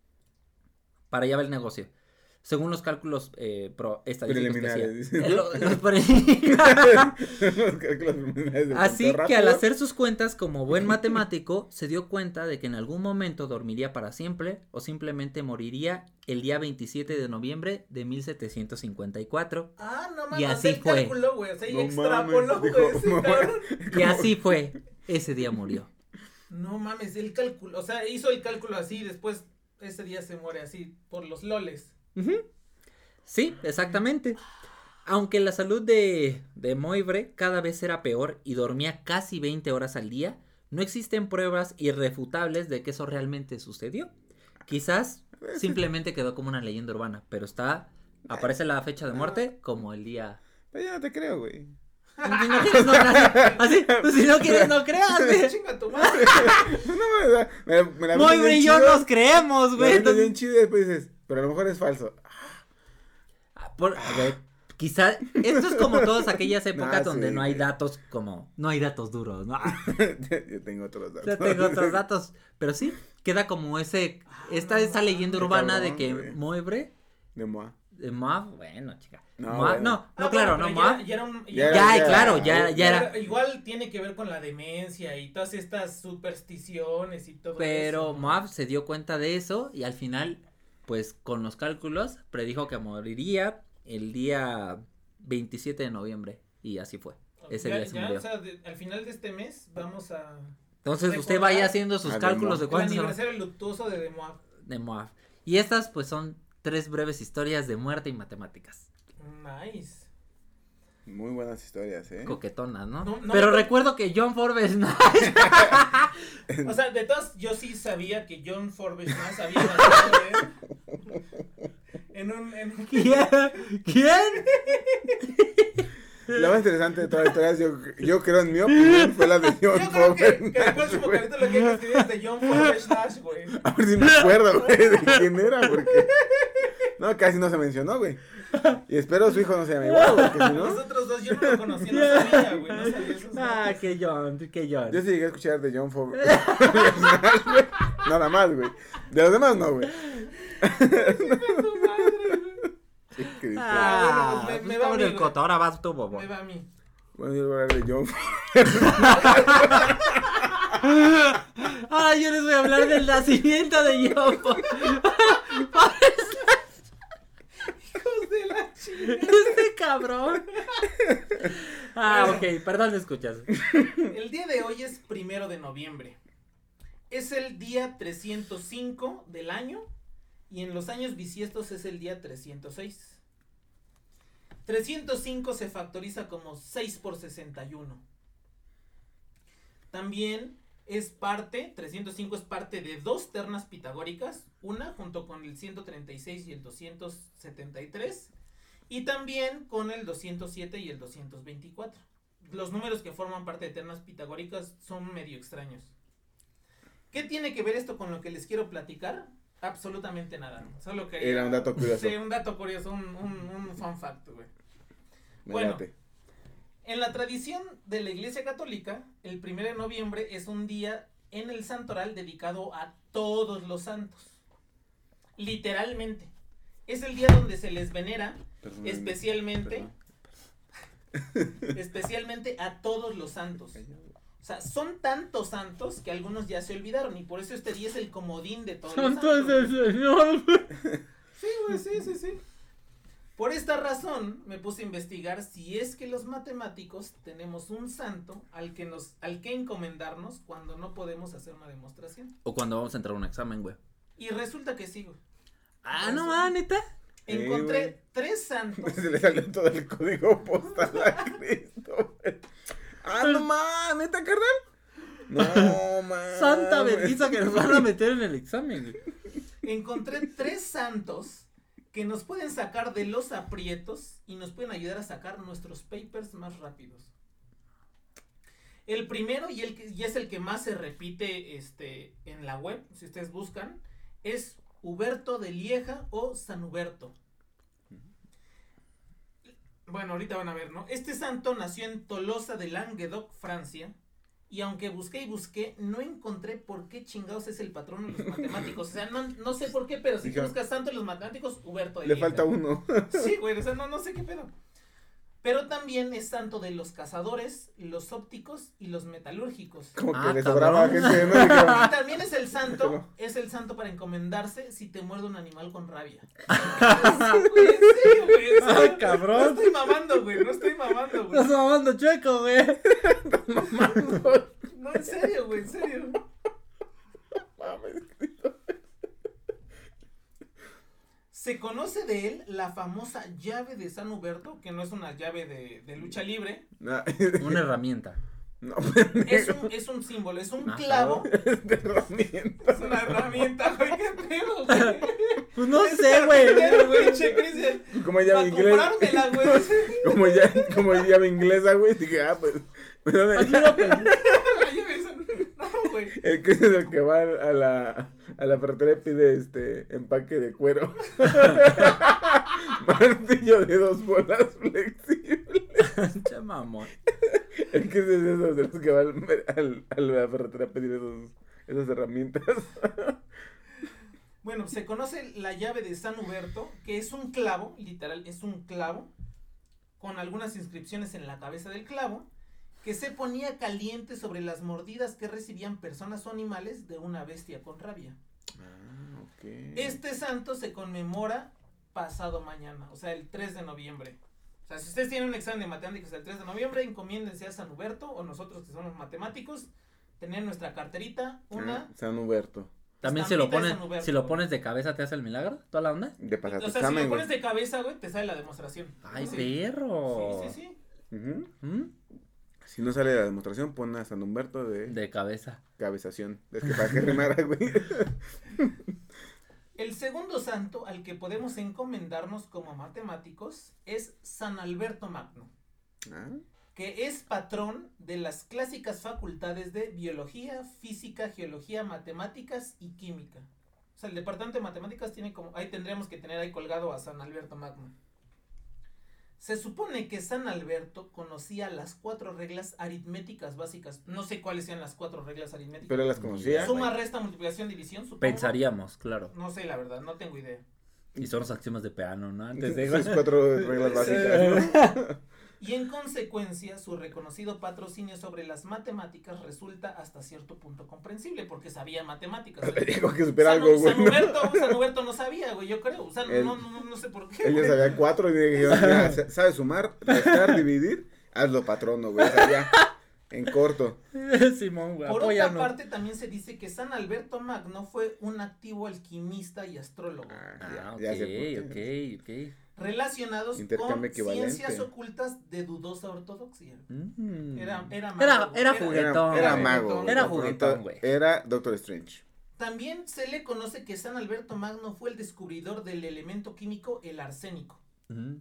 Speaker 1: para allá va el negocio. Según los cálculos eh, pro estadísticos que hacía.
Speaker 2: Preliminares, dicen,
Speaker 1: Eh,
Speaker 2: ¿no?
Speaker 1: lo- los preliminares.
Speaker 2: Los cálculos preliminares del
Speaker 1: Así
Speaker 2: conteo
Speaker 1: que al
Speaker 2: rápido.
Speaker 1: hacer sus cuentas como buen matemático, se dio cuenta de que en algún momento dormiría para siempre o simplemente moriría el día veintisiete de noviembre de mil setecientos cincuenta y cuatro.
Speaker 4: Ah, no mames.
Speaker 1: Y así
Speaker 4: el
Speaker 1: fue.
Speaker 4: Cálculo, güey. O sea, y
Speaker 2: No
Speaker 4: extrapoló,
Speaker 2: mames,
Speaker 4: güey.
Speaker 2: dijo,
Speaker 4: Ese
Speaker 2: "No,
Speaker 4: cabrón.
Speaker 1: Y así fue. Ese día murió.
Speaker 4: No mames, el cálculo. O sea, hizo el cálculo así. Después, ese día se muere así. Por los loles.
Speaker 1: Ujú. Sí, exactamente. Aunque la salud de, de Moivre cada vez era peor y dormía casi veinte horas al día, no existen pruebas irrefutables de que eso realmente sucedió. Quizás simplemente quedó como una leyenda urbana, pero está, aparece la fecha de muerte como el día...
Speaker 2: Pero yo no te creo, güey.
Speaker 1: Si no quieres, no creas. Así, pues si no quieres, no creas, güey.
Speaker 4: Chinga tu madre.
Speaker 2: No, me, me, me la
Speaker 1: Moivre y yo nos creemos,
Speaker 2: güey.
Speaker 1: güey.
Speaker 2: Me
Speaker 1: Entonces-
Speaker 2: bien chido y después dices, pero a lo mejor es falso.
Speaker 1: Ah, por- a ver, quizá, esto es como todas aquellas épocas
Speaker 2: Ah,
Speaker 1: donde
Speaker 2: sí,
Speaker 1: no hay
Speaker 2: güey.
Speaker 1: datos como, no hay datos duros, ¿no?
Speaker 2: Yo tengo otros datos.
Speaker 1: Ya tengo otros datos, pero sí, queda como ese, esta, esa leyenda
Speaker 2: Qué
Speaker 1: urbana de
Speaker 2: cabrón,
Speaker 1: que
Speaker 2: güey.
Speaker 1: Moivre,
Speaker 2: De Moa.
Speaker 1: de Moab, bueno, chica,
Speaker 2: No,
Speaker 1: Moab-
Speaker 2: bueno.
Speaker 1: no, no,
Speaker 4: Ah,
Speaker 1: claro,
Speaker 4: bueno,
Speaker 1: no,
Speaker 4: pero
Speaker 1: Moab,
Speaker 4: ya, ya era un.
Speaker 2: Ya
Speaker 1: ya,
Speaker 2: era- ya-
Speaker 1: claro, ya,
Speaker 2: ya
Speaker 1: ya era,
Speaker 4: Igual tiene que ver con la demencia y todas estas supersticiones y todo
Speaker 1: pero
Speaker 4: eso.
Speaker 1: Moab se dio cuenta de eso y al final, pues, con los cálculos, predijo que moriría el día veintisiete de noviembre, y así fue, ese
Speaker 4: ya,
Speaker 1: día se
Speaker 4: ya,
Speaker 1: murió.
Speaker 4: o sea, de- al final de este mes vamos a.
Speaker 1: Entonces usted
Speaker 4: recordar
Speaker 1: vaya haciendo sus
Speaker 2: a
Speaker 1: cálculos de
Speaker 2: Moab.
Speaker 4: El
Speaker 1: cuántos
Speaker 4: aniversario luctuoso de Demoab.
Speaker 1: de Moab. Y estas pues son tres breves historias de muerte y matemáticas.
Speaker 4: Nice.
Speaker 2: Muy buenas historias, ¿eh?
Speaker 1: Coquetonas, ¿no?
Speaker 4: No, no
Speaker 1: Pero
Speaker 4: me-
Speaker 1: recuerdo que John Forbes no.
Speaker 4: O sea, de todas, yo sí sabía que John Forbes más había nacido en, en un. En un
Speaker 1: ¿Quién? ¿Quién?
Speaker 2: Lo más interesante de toda la historia es, yo, yo creo, en mi opinión, fue la de John
Speaker 4: yo creo que,
Speaker 2: Forbes.
Speaker 4: que el próximo capítulo que hay que escribir es de John Forbes Nash, güey.
Speaker 2: A ver si me acuerdo, güey, de quién era, porque... No, casi no se mencionó, güey. Y espero su hijo no se llame igual, porque si no...
Speaker 4: Los otros dos yo no lo conocía, no sabía, güey. No sabía esos
Speaker 1: Ah,
Speaker 4: datos.
Speaker 1: que John, que John.
Speaker 2: Yo sí llegué a escuchar de John Forbes. Nada más, güey. De los demás no, güey.
Speaker 4: Tu madre, güey.
Speaker 2: Sí, que dice.
Speaker 1: Ah,
Speaker 4: Ah, bueno, me-
Speaker 1: pues
Speaker 4: me
Speaker 1: estaba
Speaker 4: va
Speaker 1: en
Speaker 4: a
Speaker 1: el
Speaker 4: mí,
Speaker 1: coto, ahora vas tú, bobo.
Speaker 4: Me va a mí.
Speaker 2: Bueno, yo voy a hablar de John Forbes.
Speaker 1: Ahora yo les voy a hablar del nacimiento de John Forbes.
Speaker 4: Hijos de la chingada.
Speaker 1: Este cabrón. Ah, ok, perdón, me escuchas.
Speaker 4: El día de hoy es primero de noviembre. Es el día trescientos cinco del año y en los años bisiestos es el día trescientos seis. trescientos cinco se factoriza como seis por sesenta y uno. También es parte, trescientos cinco es parte de dos ternas pitagóricas, una junto con el ciento treinta y seis y el doscientos setenta y tres, y también con el doscientos siete y el doscientos veinticuatro. Los números que forman parte de ternas pitagóricas son medio extraños. ¿Qué tiene que ver esto con lo que les quiero platicar? Absolutamente nada. Solo quería...
Speaker 2: Era un dato curioso.
Speaker 4: Sí, un dato curioso, un, un, un fun fact, güey.
Speaker 2: Me
Speaker 4: Bueno.
Speaker 2: late.
Speaker 4: En la tradición de la Iglesia Católica, el primero de noviembre es un día en el santoral dedicado a todos los santos. Literalmente. Es el día donde se les venera
Speaker 2: Perdón,
Speaker 4: especialmente,
Speaker 2: perdón.
Speaker 4: especialmente a todos los santos. O sea, son tantos santos que algunos ya se olvidaron y por eso este día es el comodín de todos los santos.
Speaker 1: Entonces, señor.
Speaker 4: Sí, güey, sí, sí, sí. Por esta razón me puse a investigar si es que los matemáticos tenemos un santo al que nos, al que encomendarnos cuando no podemos hacer una demostración.
Speaker 1: O cuando vamos a entrar a un examen, güey.
Speaker 4: Y resulta que sí, güey.
Speaker 1: Ah, no, ah, neta.
Speaker 4: Encontré
Speaker 2: güey.
Speaker 4: tres santos.
Speaker 2: Se le salió todo el código postal a Cristo, güey. Ah, no mames, ¿neta, carnal? No, mames.
Speaker 1: Santa vergüenza que nos van a meter en el examen, güey.
Speaker 4: Encontré tres santos que nos pueden sacar de los aprietos y nos pueden ayudar a sacar nuestros papers más rápidos. El primero y, el que, y es el que más se repite este, en la web, si ustedes buscan, es Huberto de Lieja o San Huberto. Bueno, ahorita van a ver, ¿no? Este santo nació en Tolosa de Languedoc, Francia, y aunque busqué y busqué, no encontré por qué chingados es el patrono de los matemáticos. O sea, no, no sé por qué, pero si
Speaker 2: Dijeron,
Speaker 4: buscas santo de los matemáticos, Huberto de
Speaker 2: Le
Speaker 4: Lieja.
Speaker 2: falta uno.
Speaker 4: Sí, güey, o sea, no, no sé qué pedo. Pero también es santo de los cazadores, los ópticos y los metalúrgicos.
Speaker 2: Como
Speaker 1: Ah,
Speaker 2: que le
Speaker 1: cabrón.
Speaker 2: sobraba gente, ¿no? Dijeron,
Speaker 4: Y también es el santo, es el santo para encomendarse si te muerde un animal con rabia. Güey, en serio, güey, en serio.
Speaker 1: Ah, cabrón.
Speaker 4: No estoy mamando, güey, no estoy mamando, güey.
Speaker 1: Estás mamando chueco, güey.
Speaker 4: No, en serio, güey, en serio.
Speaker 2: mames.
Speaker 4: Se conoce de él la famosa llave de San Huberto, que no es una llave de, de lucha libre.
Speaker 2: No,
Speaker 1: Una herramienta.
Speaker 2: no,
Speaker 4: Es un, es un símbolo, es un
Speaker 1: Ah,
Speaker 4: clavo.
Speaker 2: es de herramienta.
Speaker 4: Es una herramienta, güey, qué pedo, güey.
Speaker 1: Pues no
Speaker 4: Es
Speaker 1: sé, güey.
Speaker 4: carpintero, güey, che, Cristian.
Speaker 2: Como llave
Speaker 4: Para
Speaker 2: inglesa.
Speaker 4: comprármela, güey.
Speaker 2: Como, ya, como llave inglesa, güey. Dije, ah, pues. Pero
Speaker 1: Así lo pensé.
Speaker 4: La llave esa. No, güey.
Speaker 2: el que es el que va a la, a la ferretería y pide este empaque de cuero. Martillo de dos bolas flexibles.
Speaker 1: Che mamón.
Speaker 2: El que es de esos de los que va al, al, a la ferretería a pedir esos, esas herramientas.
Speaker 4: Bueno, se conoce la llave de San Huberto, que es un clavo, literal, es un clavo, con algunas inscripciones en la cabeza del clavo, que se ponía caliente sobre las mordidas que recibían personas o animales de una bestia con rabia.
Speaker 2: Ah, ok.
Speaker 4: Este santo se conmemora pasado mañana, o sea, el tres de noviembre. O sea, si ustedes tienen un examen de matemáticas el tres de noviembre, encomiéndense a San Huberto, o nosotros que somos matemáticos, tener nuestra carterita, una...
Speaker 2: Ah, San Huberto.
Speaker 1: También si lo
Speaker 4: estampita de
Speaker 1: pones,
Speaker 4: San Huberto,
Speaker 1: si lo
Speaker 4: güey.
Speaker 1: pones de cabeza te hace el milagro, toda la onda.
Speaker 2: De pasar tu
Speaker 4: O sea, si
Speaker 2: examen,
Speaker 4: lo
Speaker 2: güey.
Speaker 4: pones de cabeza, güey, te sale la demostración.
Speaker 1: Ay,
Speaker 4: Sí.
Speaker 1: perro.
Speaker 4: Sí, sí, sí.
Speaker 2: Ujú.
Speaker 1: ¿Mm?
Speaker 2: Si no sale la demostración, pon a San Humberto de,
Speaker 1: De cabeza.
Speaker 2: cabezación. Es que para que rimara, güey.
Speaker 4: El segundo santo al que podemos encomendarnos como matemáticos es San Alberto Magno,
Speaker 2: Ah,
Speaker 4: que es patrón de las clásicas facultades de biología, física, geología, matemáticas y química. O sea, el departamento de matemáticas tiene como, ahí tendríamos que tener ahí colgado a San Alberto Magno. Se supone que San Alberto conocía las cuatro reglas aritméticas básicas. No sé cuáles sean las cuatro reglas aritméticas.
Speaker 2: pero las conocía.
Speaker 4: Suma, resta, multiplicación, división, supongo.
Speaker 1: Pensaríamos, claro.
Speaker 4: No sé, la verdad, no tengo idea.
Speaker 1: Y son los axiomas de piano, ¿no? Antes de...
Speaker 2: Sus cuatro reglas básicas, ¿no?
Speaker 4: Y en consecuencia, su reconocido patrocinio sobre las matemáticas resulta hasta cierto punto comprensible, porque sabía matemáticas.
Speaker 2: Le dijo que supiera
Speaker 4: San,
Speaker 2: algo, güey.
Speaker 4: San Huberto, San Huberto no sabía, güey, yo creo. O sea,
Speaker 2: Él-
Speaker 4: no, no, no sé por qué.
Speaker 2: Él ya
Speaker 4: güey.
Speaker 2: sabía cuatro y le dijeron, ya, sa- ¿sabes sumar, restar, dividir? Hazlo patrono, güey. O sea, ya, en corto.
Speaker 1: Simón, güey,
Speaker 4: Por otra
Speaker 1: apóyanos.
Speaker 4: parte, también se dice que San Alberto Magno fue un activo alquimista y astrólogo,
Speaker 1: Ah, ok,
Speaker 2: ya sé por qué.
Speaker 1: ok, ok.
Speaker 4: relacionados
Speaker 2: Intercambio
Speaker 4: con
Speaker 2: equivalente.
Speaker 4: ciencias ocultas de dudosa ortodoxia.
Speaker 1: Mm.
Speaker 4: Era, era mago.
Speaker 1: Era, era
Speaker 4: Era-
Speaker 1: juguetón.
Speaker 2: Era, era
Speaker 1: güey.
Speaker 2: mago.
Speaker 1: Era
Speaker 2: De
Speaker 1: juguetón,
Speaker 2: pronto,
Speaker 1: güey.
Speaker 2: Era Doctor Strange.
Speaker 4: También se le conoce que San Alberto Magno fue el descubridor del elemento químico el arsénico,
Speaker 1: Ujú.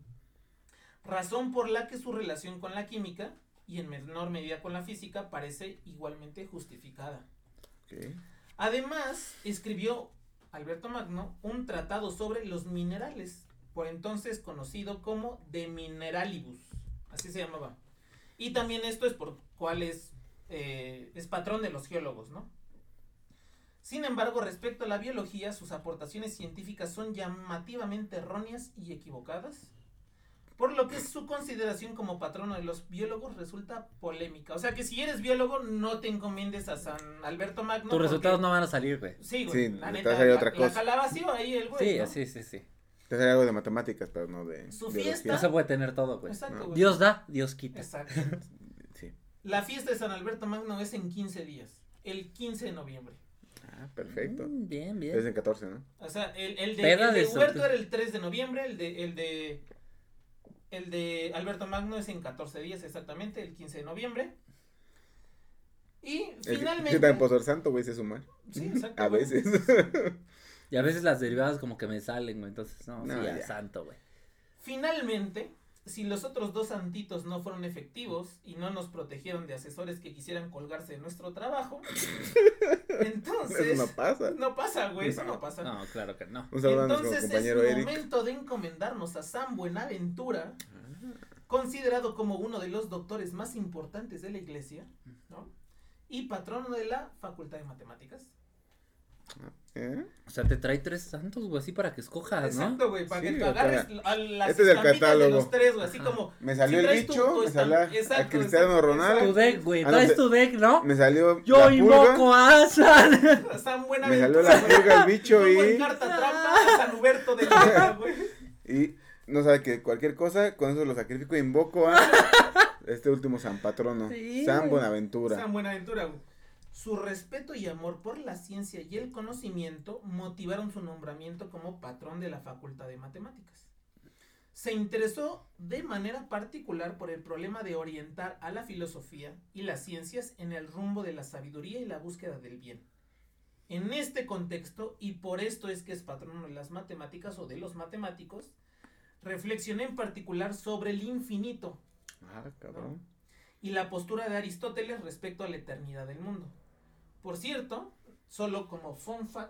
Speaker 4: razón por la que su relación con la química y en menor medida con la física parece igualmente justificada.
Speaker 2: Ok.
Speaker 4: Además, escribió Alberto Magno un tratado sobre los minerales, por entonces conocido como De Mineralibus, así se llamaba. Y también esto es por cuál es, eh, es patrón de los geólogos, ¿no? Sin embargo, respecto a la biología, sus aportaciones científicas son llamativamente erróneas y equivocadas, por lo que su consideración como patrono de los biólogos resulta polémica. O sea que si eres biólogo, no te encomiendes a San Alberto Magno.
Speaker 1: Tus
Speaker 4: porque-
Speaker 1: resultados no van a salir, güey.
Speaker 4: Sí, güey,
Speaker 2: Sí,
Speaker 4: la
Speaker 2: te
Speaker 4: neta,
Speaker 2: va a salir
Speaker 4: la,
Speaker 2: otra
Speaker 4: la
Speaker 2: cosa.
Speaker 4: calabació ahí el güey,
Speaker 1: Sí,
Speaker 4: ¿no?
Speaker 1: sí, sí, sí.
Speaker 2: Te hacer algo de matemáticas, pero no de
Speaker 4: Su
Speaker 2: biología.
Speaker 4: fiesta-
Speaker 1: No se puede tener todo, güey.
Speaker 4: Exacto,
Speaker 2: No.
Speaker 4: güey.
Speaker 1: Dios da, Dios quita.
Speaker 4: Exacto.
Speaker 2: Sí.
Speaker 4: La fiesta de San Alberto Magno es en quince días, el quince de noviembre.
Speaker 2: Ah, perfecto.
Speaker 1: Mm, bien,
Speaker 2: Es
Speaker 1: bien.
Speaker 2: en catorce, ¿no?
Speaker 4: O sea, el, el de,
Speaker 1: Peda
Speaker 4: el de
Speaker 1: de
Speaker 4: Huberto
Speaker 1: sorteo.
Speaker 4: era el tres de noviembre, el de, el de, el de Alberto Magno es en catorce días exactamente, el quince de noviembre. Y
Speaker 2: El-
Speaker 4: Finalmente.
Speaker 2: Yo también puedo ser santo, güey, sé sumar.
Speaker 4: Sí, exacto.
Speaker 2: A
Speaker 4: güey.
Speaker 2: veces.
Speaker 1: Y a veces las derivadas como que me salen, güey. Entonces, no,
Speaker 2: No,
Speaker 1: sí, ya,
Speaker 2: ya.
Speaker 1: santo, güey.
Speaker 4: Finalmente, si los otros dos santitos no fueron efectivos y no nos protegieron de asesores que quisieran colgarse de nuestro trabajo, entonces.
Speaker 2: Eso no pasa.
Speaker 4: No pasa, güey, eso no pasa.
Speaker 1: No, claro que no.
Speaker 2: Un saludo a nuestro
Speaker 4: Entonces es
Speaker 2: compañero Eric.
Speaker 4: momento de encomendarnos a San Buenaventura, considerado como uno de los doctores más importantes de la iglesia, ¿no? Y patrono de la Facultad de Matemáticas.
Speaker 2: ¿Eh?
Speaker 1: O sea, te trae tres santos, güey, así para que escojas, ¿no?
Speaker 4: Exacto, güey, para
Speaker 2: Sí,
Speaker 4: que tú
Speaker 2: o sea,
Speaker 4: agarres a las
Speaker 2: este es el
Speaker 4: estampitas de
Speaker 2: catálogo.
Speaker 4: los tres, güey, así
Speaker 1: Ajá.
Speaker 4: como.
Speaker 2: Me salió
Speaker 4: si
Speaker 2: el
Speaker 4: traes tu-
Speaker 2: bicho,
Speaker 4: tu
Speaker 2: me
Speaker 4: estam-
Speaker 2: salió a-
Speaker 4: exacto,
Speaker 2: a Cristiano
Speaker 4: exacto,
Speaker 2: Ronaldo.
Speaker 1: Tu
Speaker 4: exacto.
Speaker 1: deck, güey.
Speaker 2: Ah, no,
Speaker 1: ¿Traes
Speaker 2: te-
Speaker 1: tu deck, no?
Speaker 2: Me salió
Speaker 1: Yo
Speaker 2: la
Speaker 1: invoco
Speaker 2: pulga.
Speaker 1: a San.
Speaker 4: San
Speaker 2: Me
Speaker 4: Buenaventura.
Speaker 2: salió la
Speaker 4: güey.
Speaker 2: pulga, el bicho
Speaker 4: Pongo
Speaker 2: y.
Speaker 4: en carta trampa a San Huberto de la güey.
Speaker 2: Y no sabe que cualquier cosa, con eso lo sacrifico e invoco a este último San Patrono,
Speaker 1: Sí,
Speaker 2: San
Speaker 1: güey.
Speaker 2: Buenaventura.
Speaker 4: San Buenaventura, güey. Su respeto y amor por la ciencia y el conocimiento motivaron su nombramiento como patrón de la Facultad de Matemáticas. Se interesó de manera particular por el problema de orientar a la filosofía y las ciencias en el rumbo de la sabiduría y la búsqueda del bien. En este contexto, y por esto es que es patrono de las matemáticas o de los matemáticos, reflexioné en particular sobre el infinito
Speaker 2: Ah, cabrón.
Speaker 4: y la postura de Aristóteles respecto a la eternidad del mundo. Por cierto, solo como fun fact,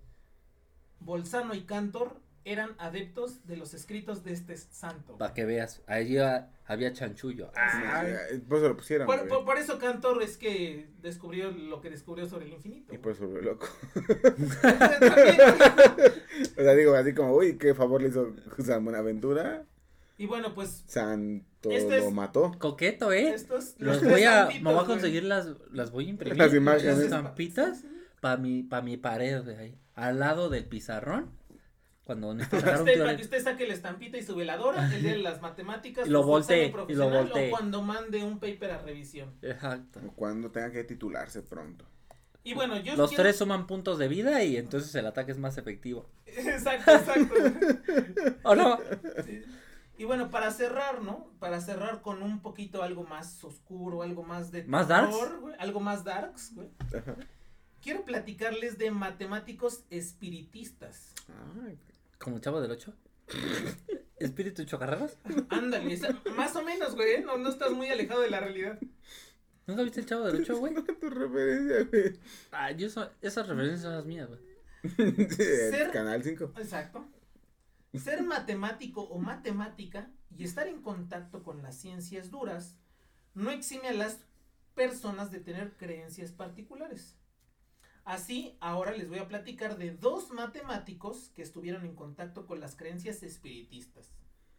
Speaker 4: Bolzano y Cantor eran adeptos de los escritos de este santo.
Speaker 1: Para que veas, ahí ha- había chanchullo.
Speaker 2: Ah,
Speaker 1: Ay.
Speaker 2: ya, por eso lo pusieron.
Speaker 4: Por,
Speaker 2: güey.
Speaker 4: por- por eso Cantor es que descubrió lo que descubrió sobre el infinito.
Speaker 2: Y por eso lo loco.
Speaker 4: También.
Speaker 2: O sea, digo, así como, uy, qué favor le hizo San Buenaventura.
Speaker 4: Y bueno, pues
Speaker 2: Santo
Speaker 4: Este es-
Speaker 2: lo mató.
Speaker 1: Coqueto, ¿eh?
Speaker 4: estos
Speaker 1: Los
Speaker 4: tres
Speaker 1: voy a,
Speaker 4: santitos,
Speaker 1: me voy a
Speaker 4: güey.
Speaker 1: conseguir las, las voy a imprimir.
Speaker 2: Las imágenes.
Speaker 1: Las estampitas para mi, para mi pared de ahí. Al lado del pizarrón. Cuando necesito sacar un
Speaker 4: Usted, para que
Speaker 1: clore-
Speaker 4: usted saque la estampita y su veladora, el de las matemáticas,
Speaker 1: Y lo
Speaker 4: su
Speaker 1: voltee,
Speaker 4: examen
Speaker 1: y lo
Speaker 4: profesional,
Speaker 1: voltee.
Speaker 4: o cuando mande un paper a revisión.
Speaker 1: Exacto.
Speaker 2: O cuando tenga que titularse pronto.
Speaker 4: Y bueno, yo
Speaker 1: Los
Speaker 4: quiero-
Speaker 1: tres suman puntos de vida y entonces el ataque es más efectivo.
Speaker 4: Exacto, exacto.
Speaker 1: ¿O no?
Speaker 4: Sí. Y bueno, para cerrar, ¿no? Para cerrar con un poquito algo más oscuro, algo más de
Speaker 1: ¿Más
Speaker 4: terror, güey, algo más darks, güey.
Speaker 2: Ajá.
Speaker 4: Quiero platicarles de matemáticos espiritistas.
Speaker 2: Ay,
Speaker 1: ¿Como Chavo del Ocho? ¿Espíritu chocarreros?
Speaker 4: Ándale, esa- más o menos, güey, ¿eh? no, no estás muy alejado de la realidad.
Speaker 1: ¿Nunca viste el Chavo del Ocho, güey?
Speaker 2: tu referencia, güey.
Speaker 1: Ah, yo so- esas referencias son las mías, güey.
Speaker 2: Sí, el
Speaker 4: Ser-
Speaker 2: Canal cinco.
Speaker 4: Exacto. Ser matemático o matemática y estar en contacto con las ciencias duras no exime a las personas de tener creencias particulares. Así, ahora les voy a platicar de dos matemáticos que estuvieron en contacto con las creencias espiritistas.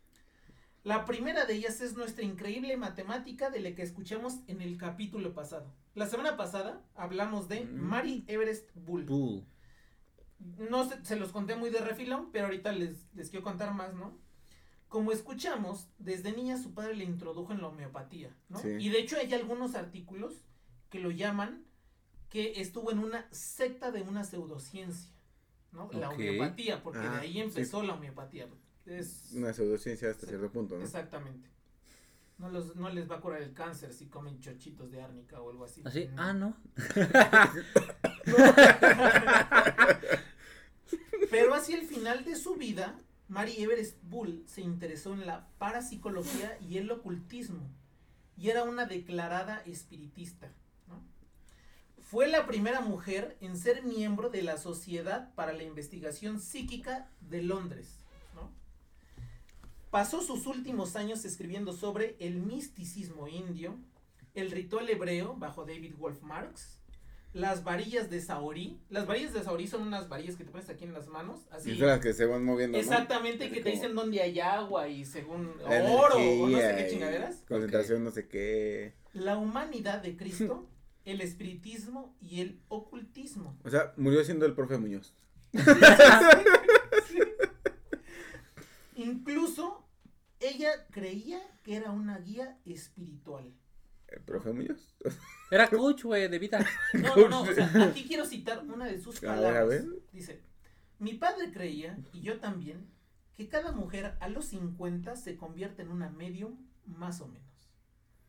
Speaker 4: La primera de ellas es nuestra increíble matemática de la que escuchamos en el capítulo pasado. La semana pasada hablamos de
Speaker 2: Mm.
Speaker 4: Mary Everest Bull.
Speaker 1: Bull.
Speaker 4: No se, se los conté muy de refilón, pero ahorita les, les quiero contar más, ¿no? Como escuchamos, desde niña su padre le introdujo en la homeopatía, ¿no?
Speaker 2: Sí.
Speaker 4: Y de hecho hay algunos artículos que lo llaman que estuvo en una secta de una pseudociencia, ¿no? La
Speaker 1: Ok.
Speaker 4: homeopatía, porque
Speaker 2: Ah,
Speaker 4: de ahí empezó la homeopatía. Es
Speaker 2: Una pseudociencia hasta cierto punto, ¿no?
Speaker 4: exactamente. No, los, no les va a curar el cáncer si comen chochitos de árnica o algo así.
Speaker 1: ¿Así?
Speaker 4: No.
Speaker 1: Ah, no.
Speaker 4: Pero hacia el final de su vida, Mary Everest Bull se interesó en la parapsicología y el ocultismo, y era una declarada espiritista, ¿no? Fue la primera mujer en ser miembro de la Sociedad para la Investigación Psíquica de Londres, ¿no? Pasó sus últimos años escribiendo sobre el misticismo indio, el ritual hebreo bajo David Wolf Marx, las varillas de Saori. Las varillas de Saori son unas varillas que te pones aquí en las manos, así.
Speaker 2: Y son las que se van moviendo, ¿no?
Speaker 4: Exactamente,
Speaker 2: Así
Speaker 4: que te
Speaker 2: como
Speaker 4: dicen dónde hay agua y según
Speaker 2: la
Speaker 4: oro o no sé
Speaker 2: energía
Speaker 4: qué
Speaker 2: y
Speaker 4: chingaderas.
Speaker 2: Concentración, no sé qué.
Speaker 4: La humanidad de Cristo, el espiritismo y el ocultismo.
Speaker 2: O sea, murió siendo el profe Muñoz.
Speaker 4: Sí. Incluso ella creía que era una guía espiritual.
Speaker 2: ¿El profe Muñoz?
Speaker 1: Era coach, güey, de vida.
Speaker 4: No, no, no, o sea, aquí quiero citar una de sus
Speaker 2: A ver,
Speaker 4: palabras.
Speaker 2: a ver.
Speaker 4: Dice, mi padre creía, y yo también, que cada mujer a los cincuenta se convierte en una medium más o menos.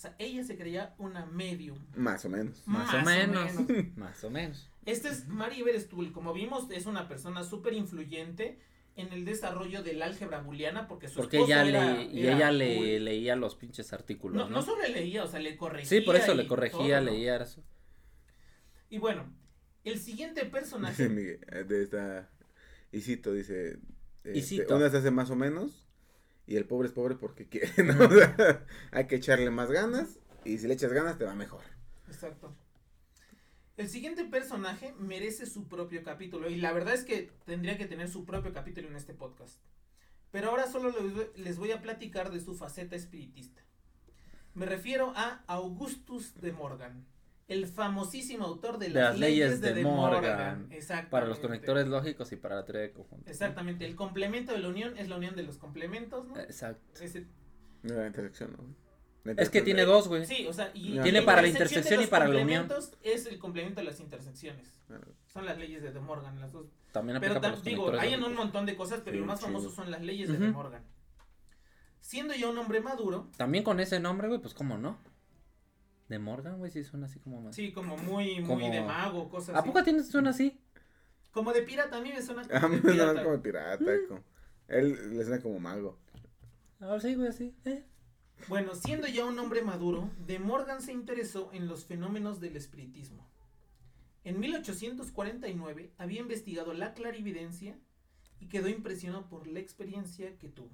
Speaker 4: sea, ella se creía una medium.
Speaker 2: Más o menos.
Speaker 1: Más,
Speaker 4: Más
Speaker 1: o
Speaker 4: o
Speaker 1: menos.
Speaker 4: menos.
Speaker 1: Más o menos.
Speaker 4: Este es Mary Everstool, como vimos, es una persona súper influyente en el desarrollo del álgebra booleana, porque su
Speaker 1: Porque
Speaker 4: esposo
Speaker 1: ella
Speaker 4: era,
Speaker 1: le, y
Speaker 4: era
Speaker 1: ella le
Speaker 4: Boole.
Speaker 1: leía los pinches artículos,
Speaker 4: No,
Speaker 1: ¿no?
Speaker 4: no solo leía, o sea, le corregía.
Speaker 1: Sí, por eso
Speaker 4: y
Speaker 1: le corregía,
Speaker 4: todo, ¿no?
Speaker 1: leía eso.
Speaker 4: Y bueno, el siguiente
Speaker 2: Dice
Speaker 4: personaje.
Speaker 2: Miguel, eh, de esta Isito dice, este,
Speaker 1: Isito.
Speaker 2: una se hace más o menos y el pobre es pobre porque quiere, ¿no? O sea, hay que echarle más ganas y si le echas ganas te va mejor.
Speaker 4: Exacto. El siguiente personaje merece su propio capítulo y la verdad es que tendría que tener su propio capítulo en este podcast. Pero ahora solo les- les voy a platicar de su faceta espiritista. Me refiero a Augustus de Morgan, el famosísimo autor de las,
Speaker 1: las leyes de Morgan.
Speaker 4: Exactamente.
Speaker 1: Para los conectores lógicos y para la teoría de conjuntos.
Speaker 4: Exactamente, el complemento de la unión es la unión de los complementos, ¿no?
Speaker 1: Exacto.
Speaker 4: Ese-
Speaker 2: No, la intersección, ¿no? La
Speaker 1: Es que
Speaker 2: intersección
Speaker 1: tiene
Speaker 2: de-
Speaker 1: dos, güey.
Speaker 4: sí, o sea, y
Speaker 2: Tiene
Speaker 4: y
Speaker 1: para la
Speaker 4: intersección
Speaker 1: intersección
Speaker 4: de
Speaker 1: y
Speaker 4: los
Speaker 1: para la unión.
Speaker 4: complementos es el complemento de las intersecciones.
Speaker 2: Ah,
Speaker 4: Son las leyes de De Morgan, las dos.
Speaker 1: También
Speaker 4: Pero
Speaker 1: aplica para
Speaker 4: tam-
Speaker 1: los
Speaker 4: digo,
Speaker 1: conectores
Speaker 4: hay en un
Speaker 1: lógicos.
Speaker 4: montón de cosas, pero
Speaker 2: Sí,
Speaker 4: lo más
Speaker 2: sí.
Speaker 4: famoso son las leyes de
Speaker 1: Ujú.
Speaker 4: De Morgan. Siendo ya un hombre maduro,
Speaker 1: También con ese nombre, güey, pues cómo no. De Morgan, güey, sí suena así como más.
Speaker 4: sí, como muy, muy
Speaker 1: Como-
Speaker 4: de mago, cosas
Speaker 1: ¿A
Speaker 4: así.
Speaker 1: poco tienes suena así?
Speaker 4: Como de pirata, a mí me suena
Speaker 2: Ah,
Speaker 4: como de
Speaker 2: no,
Speaker 4: pirata.
Speaker 2: no, como pirata, como- él le suena como mago.
Speaker 1: A ver, sí, güey, así. Eh.
Speaker 4: Bueno, siendo ya un hombre maduro, De Morgan se interesó en los fenómenos del espiritismo. En mil ochocientos cuarenta y nueve había investigado la clarividencia y quedó impresionado por la experiencia que tuvo.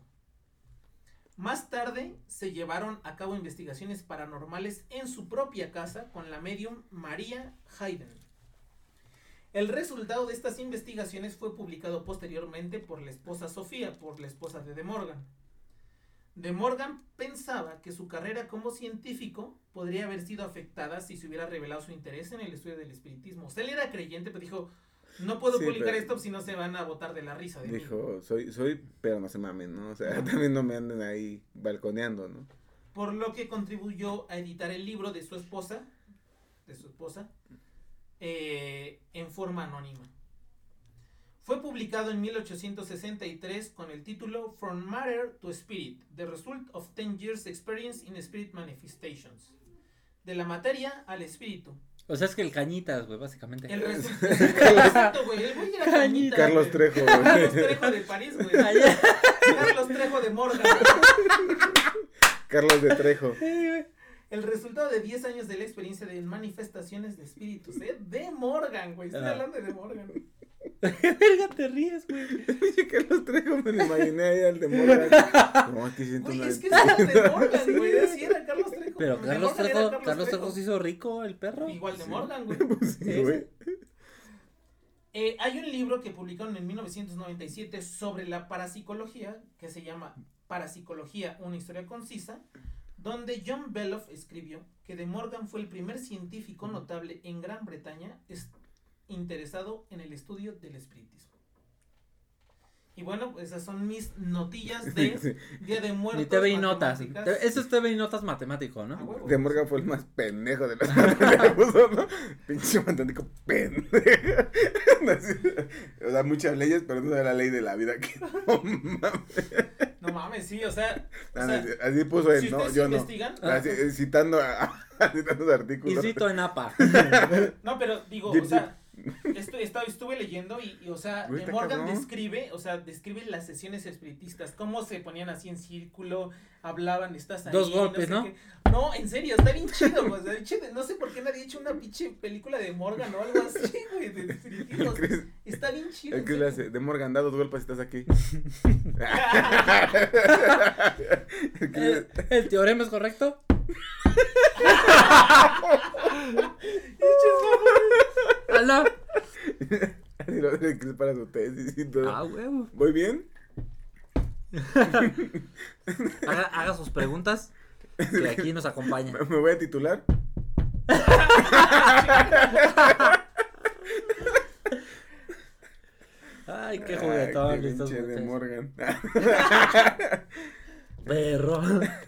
Speaker 4: Más tarde se llevaron a cabo investigaciones paranormales en su propia casa con la medium María Hayden. El resultado de estas investigaciones fue publicado posteriormente por la esposa Sofía, por la esposa de De Morgan. De Morgan pensaba que su carrera como científico podría haber sido afectada si se hubiera revelado su interés en el estudio del espiritismo. O sea, él era creyente, pero dijo, no puedo
Speaker 2: Sí,
Speaker 4: publicar
Speaker 2: pero-
Speaker 4: esto si no se van a botar de la risa de mí.
Speaker 2: Dijo, soy, soy, pero no se mamen, ¿no? O sea, también no me anden ahí balconeando, ¿no?
Speaker 4: Por lo que contribuyó a editar el libro de su esposa, de su esposa, eh, en forma anónima. Fue publicado en mil ochocientos sesenta y tres con el título From Matter to Spirit, The Result of ten years Experience in Spirit Manifestations. De la materia al espíritu.
Speaker 1: O sea, es que el cañitas, güey, básicamente.
Speaker 4: El resultado, exacto, güey, el güey era Cañita,
Speaker 2: Carlos
Speaker 4: güey.
Speaker 2: Trejo,
Speaker 4: Carlos
Speaker 2: güey.
Speaker 4: Trejo de París, güey.
Speaker 1: Allá.
Speaker 4: Carlos Trejo de Morgan.
Speaker 2: Carlos de Trejo.
Speaker 4: El resultado de diez años de la experiencia de manifestaciones de espíritus, ¿eh? De Morgan, güey. Estoy
Speaker 1: Ah.
Speaker 4: hablando de Morgan.
Speaker 1: Verga, te ríes, güey.
Speaker 2: Oye, Carlos Trejo, me lo imaginé ahí al de Morgan. No, aquí siento
Speaker 4: Güey,
Speaker 2: una...
Speaker 4: es que era de Morgan, güey. Así era Carlos Trejo.
Speaker 1: Pero
Speaker 4: De
Speaker 1: Carlos
Speaker 4: Morgan era
Speaker 1: Trejo, Carlos Trejo se hizo rico, el perro.
Speaker 4: Igual de
Speaker 2: Sí.
Speaker 4: Morgan, güey.
Speaker 2: Sí, güey.
Speaker 4: Eh, hay un libro que publicaron en mil novecientos noventa y siete sobre la parapsicología que se llama Parapsicología, una historia concisa, donde John Beloff escribió que De Morgan fue el primer científico notable en Gran Bretaña es- interesado en el estudio del espiritismo. Y bueno, pues esas son mis notillas de
Speaker 2: Sí.
Speaker 4: Día de Muertos.
Speaker 1: Ni T V y notas.
Speaker 4: matemáticas.
Speaker 1: Eso es T V y notas matemático,
Speaker 4: A
Speaker 1: ¿no?
Speaker 4: huevo.
Speaker 2: De Morgan fue el más pendejo de los que le puso, ¿no? Pinche matemático pendejo. Así, o sea, muchas leyes, pero no de la ley de la vida que no mames.
Speaker 4: No mames, sí, o sea, o
Speaker 2: Ah,
Speaker 4: sea,
Speaker 2: así, así puso él,
Speaker 4: si
Speaker 2: ¿no?
Speaker 4: ustedes
Speaker 2: Yo no.
Speaker 4: investigan,
Speaker 2: Así, eh, citando a, citando los
Speaker 1: Y
Speaker 2: artículos.
Speaker 1: cito en APA.
Speaker 4: no, pero digo,
Speaker 2: Jeep,
Speaker 4: o sea, estu- estaba- estuve leyendo y, y, o sea,
Speaker 2: Güey,
Speaker 4: de
Speaker 2: está
Speaker 4: Morgan
Speaker 2: cabrón.
Speaker 4: describe, o sea, describe las sesiones espiritistas, cómo se ponían así en círculo, hablaban, estás ahí.
Speaker 1: Dos golpes,
Speaker 4: sé
Speaker 1: ¿no?
Speaker 4: qué. No, en serio, está bien chido, o sea, bien chido. No sé por qué nadie ha hecho una pinche película de Morgan o algo así, güey, de espiritismo.
Speaker 2: El Chris,
Speaker 4: Está bien chido.
Speaker 2: el
Speaker 4: en
Speaker 2: Chris le
Speaker 4: serio.
Speaker 2: hace, de Morgan, da dos golpes y estás aquí. El Chris-
Speaker 1: ¿El, el teorema es correcto? ¿Aló?
Speaker 2: así lo hace el Chris para su tesis y todo.
Speaker 1: Ah, huevo.
Speaker 2: ¿Voy bien?
Speaker 1: Haga, haga sus preguntas, que aquí nos acompaña.
Speaker 2: ¿Me me voy a titular?
Speaker 1: Ay, qué
Speaker 2: Ay,
Speaker 1: juguetón.
Speaker 2: qué
Speaker 1: estos
Speaker 2: pinche de
Speaker 1: muchachos.
Speaker 2: Morgan.
Speaker 1: Perro.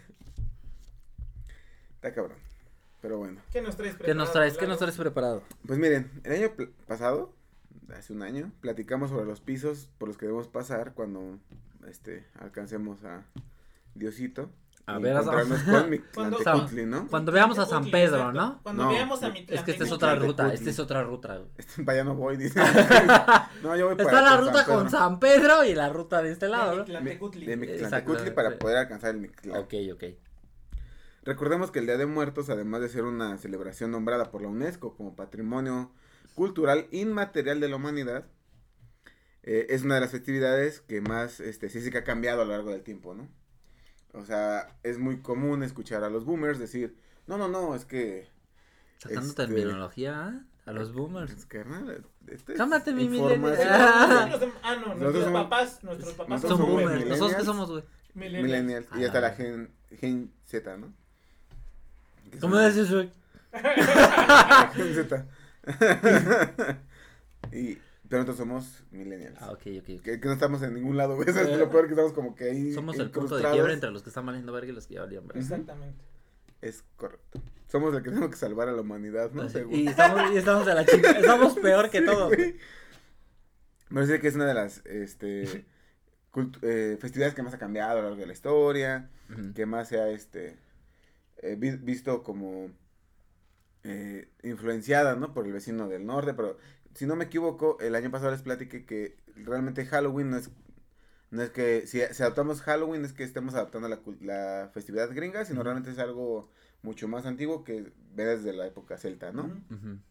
Speaker 2: Está cabrón. Pero bueno.
Speaker 4: ¿Qué nos traes?
Speaker 1: ¿Qué nos
Speaker 4: preparado,
Speaker 1: traes? ¿Qué
Speaker 4: Lalo?
Speaker 1: nos traes preparado?
Speaker 2: Pues miren, el año pl- pasado, hace un año, platicamos sobre los pisos por los que debemos pasar cuando este alcancemos a Diosito.
Speaker 1: A
Speaker 2: y
Speaker 1: ver,
Speaker 2: encontrarnos con
Speaker 4: Cuando-
Speaker 2: Mictlantecutli, ¿no?
Speaker 1: Cuando veamos a San Pedro,
Speaker 4: Exacto.
Speaker 1: ¿no?
Speaker 4: Cuando
Speaker 2: No,
Speaker 4: veamos a mi
Speaker 1: Es que esta es otra ruta,
Speaker 2: Mictlantecutli.
Speaker 1: esta es otra ruta. güey.
Speaker 2: Este, para allá no voy, dice. No, yo voy para
Speaker 1: Está la
Speaker 2: con
Speaker 1: ruta
Speaker 2: San
Speaker 1: con
Speaker 2: Pedro.
Speaker 1: San Pedro y la ruta de este lado, ¿no?
Speaker 4: Mictlantecutli.
Speaker 2: De
Speaker 1: Exacto,
Speaker 2: Mictlantecutli para
Speaker 1: sí.
Speaker 2: poder alcanzar el Mictlán.
Speaker 1: Ok, ok.
Speaker 2: Recordemos que el Día de Muertos, además de ser una celebración nombrada por la UNESCO como Patrimonio Cultural Inmaterial de la Humanidad, eh, es una de las festividades que más, este, sí, sí que ha cambiado a lo largo del tiempo, ¿no? O sea, es muy común escuchar a los boomers decir, no, no, no, es que...
Speaker 1: Sacando
Speaker 2: Este-
Speaker 1: terminología ¿eh? a los boomers.
Speaker 2: Es carnal, este es
Speaker 1: Cálmate, mi
Speaker 2: información.
Speaker 1: millennial.
Speaker 4: Ah, nosotros- ah, no,
Speaker 2: Nosotros
Speaker 4: nuestros
Speaker 2: somos-
Speaker 4: papás, nuestros papás
Speaker 2: nosotros
Speaker 1: Son
Speaker 2: somos
Speaker 1: boomers.
Speaker 2: millennials.
Speaker 1: ¿Nosotros qué somos, güey?
Speaker 4: millennials.
Speaker 2: Millennials, y
Speaker 1: Ah,
Speaker 2: hasta la
Speaker 1: la
Speaker 2: gen, gen Z, ¿no? Que
Speaker 1: ¿Cómo
Speaker 2: son-
Speaker 1: dices, güey?
Speaker 2: Gen Z. y, pero nosotros somos millennials.
Speaker 1: Ah, ok, ok. ok.
Speaker 2: Que, que no estamos en ningún lado, güey. Eso es lo peor, que estamos como que ahí.
Speaker 1: Somos el punto de
Speaker 2: incrustados.
Speaker 1: quiebre entre los que están valiendo verga y los que ya valían verga.
Speaker 4: Exactamente.
Speaker 2: Es correcto. Somos el que tenemos que salvar a la humanidad, ¿no?
Speaker 1: Así,
Speaker 2: Según.
Speaker 1: y, estamos, y estamos de la chica. Estamos peor que
Speaker 2: Sí,
Speaker 1: todos.
Speaker 2: güey. Me parece que es una de las este, cultu- eh, festividades que más ha cambiado a lo largo de la historia.
Speaker 1: Ujú.
Speaker 2: Que más se ha este, eh, vi- visto como eh, influenciada, ¿no? Por el vecino del norte. Pero si no me equivoco, el año pasado les platiqué que realmente Halloween no es. No es que si, si adaptamos Halloween es que estemos adaptando la, cul- la festividad gringa, sino
Speaker 1: Ujú.
Speaker 2: realmente es algo mucho más antiguo que ve desde la época celta, ¿no?
Speaker 4: Ujú.
Speaker 1: Ujú.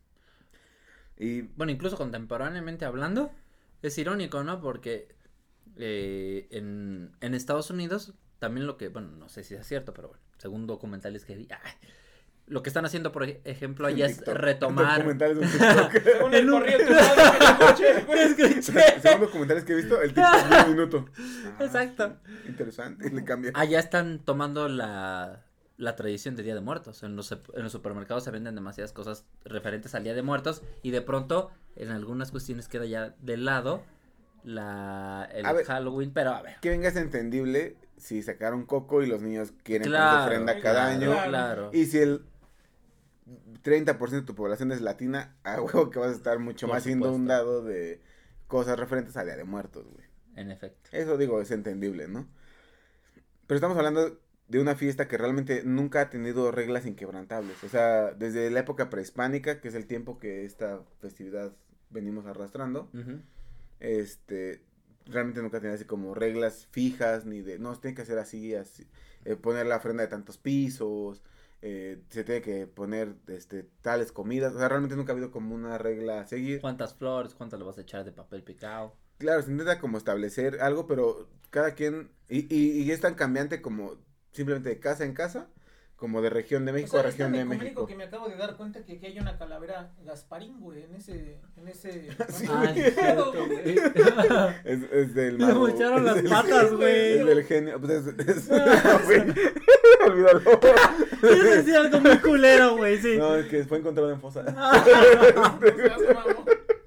Speaker 2: Y
Speaker 1: Bueno, incluso contemporáneamente hablando, es irónico, ¿no? Porque eh, en, en Estados Unidos, también lo que, bueno, no sé si es cierto, pero bueno, según documentales que vi, ay, lo que están haciendo, por ejemplo, allá es
Speaker 2: TikTok.
Speaker 1: retomar...
Speaker 2: Documentales de un TikTok.
Speaker 4: Según el
Speaker 1: En un-
Speaker 4: corrido tumbado que escuché, güey.
Speaker 1: Escuché.
Speaker 2: Según documentales que he visto, el TikTok de un minuto. Ah,
Speaker 1: Exacto.
Speaker 2: sí, interesante, le cambia.
Speaker 1: Allá están tomando la, la tradición de Día de Muertos. En los, en los supermercados se venden demasiadas cosas referentes al Día de Muertos y de pronto en algunas cuestiones queda ya de lado la, el
Speaker 2: A ver.
Speaker 1: Halloween, pero a ver.
Speaker 2: Que venga es entendible si sacaron coco y los niños quieren poner
Speaker 1: Claro,
Speaker 2: ofrenda cada
Speaker 1: claro,
Speaker 2: año.
Speaker 1: claro.
Speaker 2: Y si el treinta por ciento de tu población es latina, a huevo que vas a estar mucho
Speaker 1: Por
Speaker 2: más
Speaker 1: supuesto.
Speaker 2: inundado de cosas referentes a Día de Muertos, güey.
Speaker 1: En efecto.
Speaker 2: Eso digo, es entendible, ¿no? Pero estamos hablando de una fiesta que realmente nunca ha tenido reglas inquebrantables. O sea, desde la época prehispánica, que es el tiempo que esta festividad venimos arrastrando,
Speaker 1: Ujú.
Speaker 2: este, realmente nunca ha tenido así como reglas fijas, ni de, no, se tiene que hacer así, así, eh, poner la ofrenda de tantos pisos, eh, se tiene que poner, este, tales comidas. O sea, realmente nunca ha habido como una regla a seguir.
Speaker 1: ¿Cuántas flores? ¿Cuántas le vas a echar de papel picado?
Speaker 2: Claro, se intenta como establecer algo, pero cada quien, y, y, y es tan cambiante como simplemente de casa en casa, como de región de
Speaker 4: O
Speaker 2: México
Speaker 4: sea,
Speaker 2: a región
Speaker 4: me
Speaker 2: de
Speaker 4: comunico
Speaker 2: México.
Speaker 4: que me acabo de dar cuenta que aquí hay una calavera Gasparín, güey, en ese, en ese.
Speaker 2: Sí.
Speaker 1: Ah, es cierto, güey.
Speaker 2: Es, es del
Speaker 1: Le
Speaker 2: mago.
Speaker 1: mocharon las
Speaker 2: es del-
Speaker 1: patas, güey.
Speaker 2: Es del genio, pues es, es- no, güey, olvídalo.
Speaker 1: Yo decía algo muy culero, güey, sí.
Speaker 2: No, es que fue encontrado en fosa.
Speaker 4: No seas mamón.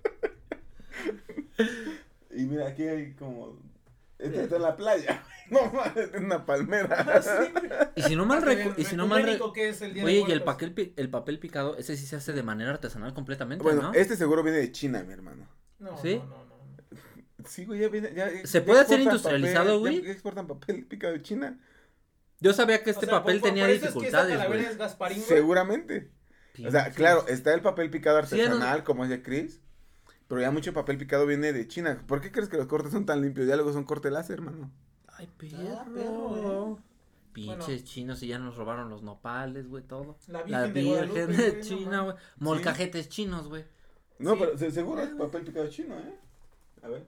Speaker 2: Y mira, aquí hay como, esto está en la playa, no mames, es una palmera.
Speaker 4: Ah, sí, güey.
Speaker 1: Y si no mal
Speaker 4: Para que
Speaker 1: recu- y
Speaker 4: vean
Speaker 1: si no
Speaker 4: lo
Speaker 1: mal re-
Speaker 4: ecumérico que es el Día de
Speaker 1: Oye, y el
Speaker 4: Muertos.
Speaker 1: papel, pi- el papel picado, ese sí se hace de manera artesanal completamente,
Speaker 2: Bueno,
Speaker 1: ¿no?
Speaker 2: este seguro viene de China, mi hermano.
Speaker 4: No,
Speaker 1: ¿Sí?
Speaker 4: no, no, no.
Speaker 2: Sí, güey, ya viene, ya.
Speaker 1: ¿Se
Speaker 2: ya
Speaker 1: puede hacer
Speaker 2: exportan
Speaker 1: industrializado,
Speaker 2: papel,
Speaker 1: güey?
Speaker 2: Ya, ya exportan papel picado de China.
Speaker 1: Yo sabía que este
Speaker 4: O sea,
Speaker 1: papel
Speaker 4: por- por-
Speaker 1: tenía
Speaker 4: por eso
Speaker 1: dificultades,
Speaker 4: es que esa
Speaker 1: güey.
Speaker 4: calavera es Gasparín, güey.
Speaker 2: Seguramente. O sea,
Speaker 1: Pinches.
Speaker 2: claro, está el papel picado
Speaker 1: Sí, ya no-
Speaker 2: artesanal, como dice Chris. Pero ya mucho papel picado viene de China. ¿Por qué crees que los cortes son tan limpios? Ya luego son corte láser, hermano.
Speaker 1: Ay, perro.
Speaker 4: Ah, perro, eh.
Speaker 1: Pinches
Speaker 4: Bueno.
Speaker 1: chinos y ya nos robaron los nopales, güey, todo.
Speaker 4: La
Speaker 1: La
Speaker 4: Virgen de
Speaker 1: Virgen
Speaker 4: Guadalupe,
Speaker 1: de
Speaker 4: güey, no
Speaker 1: China,
Speaker 4: mames.
Speaker 1: güey. Molcajetes chinos, güey.
Speaker 2: No,
Speaker 4: Sí.
Speaker 2: pero se- seguro es papel picado chino, ¿eh? A ver.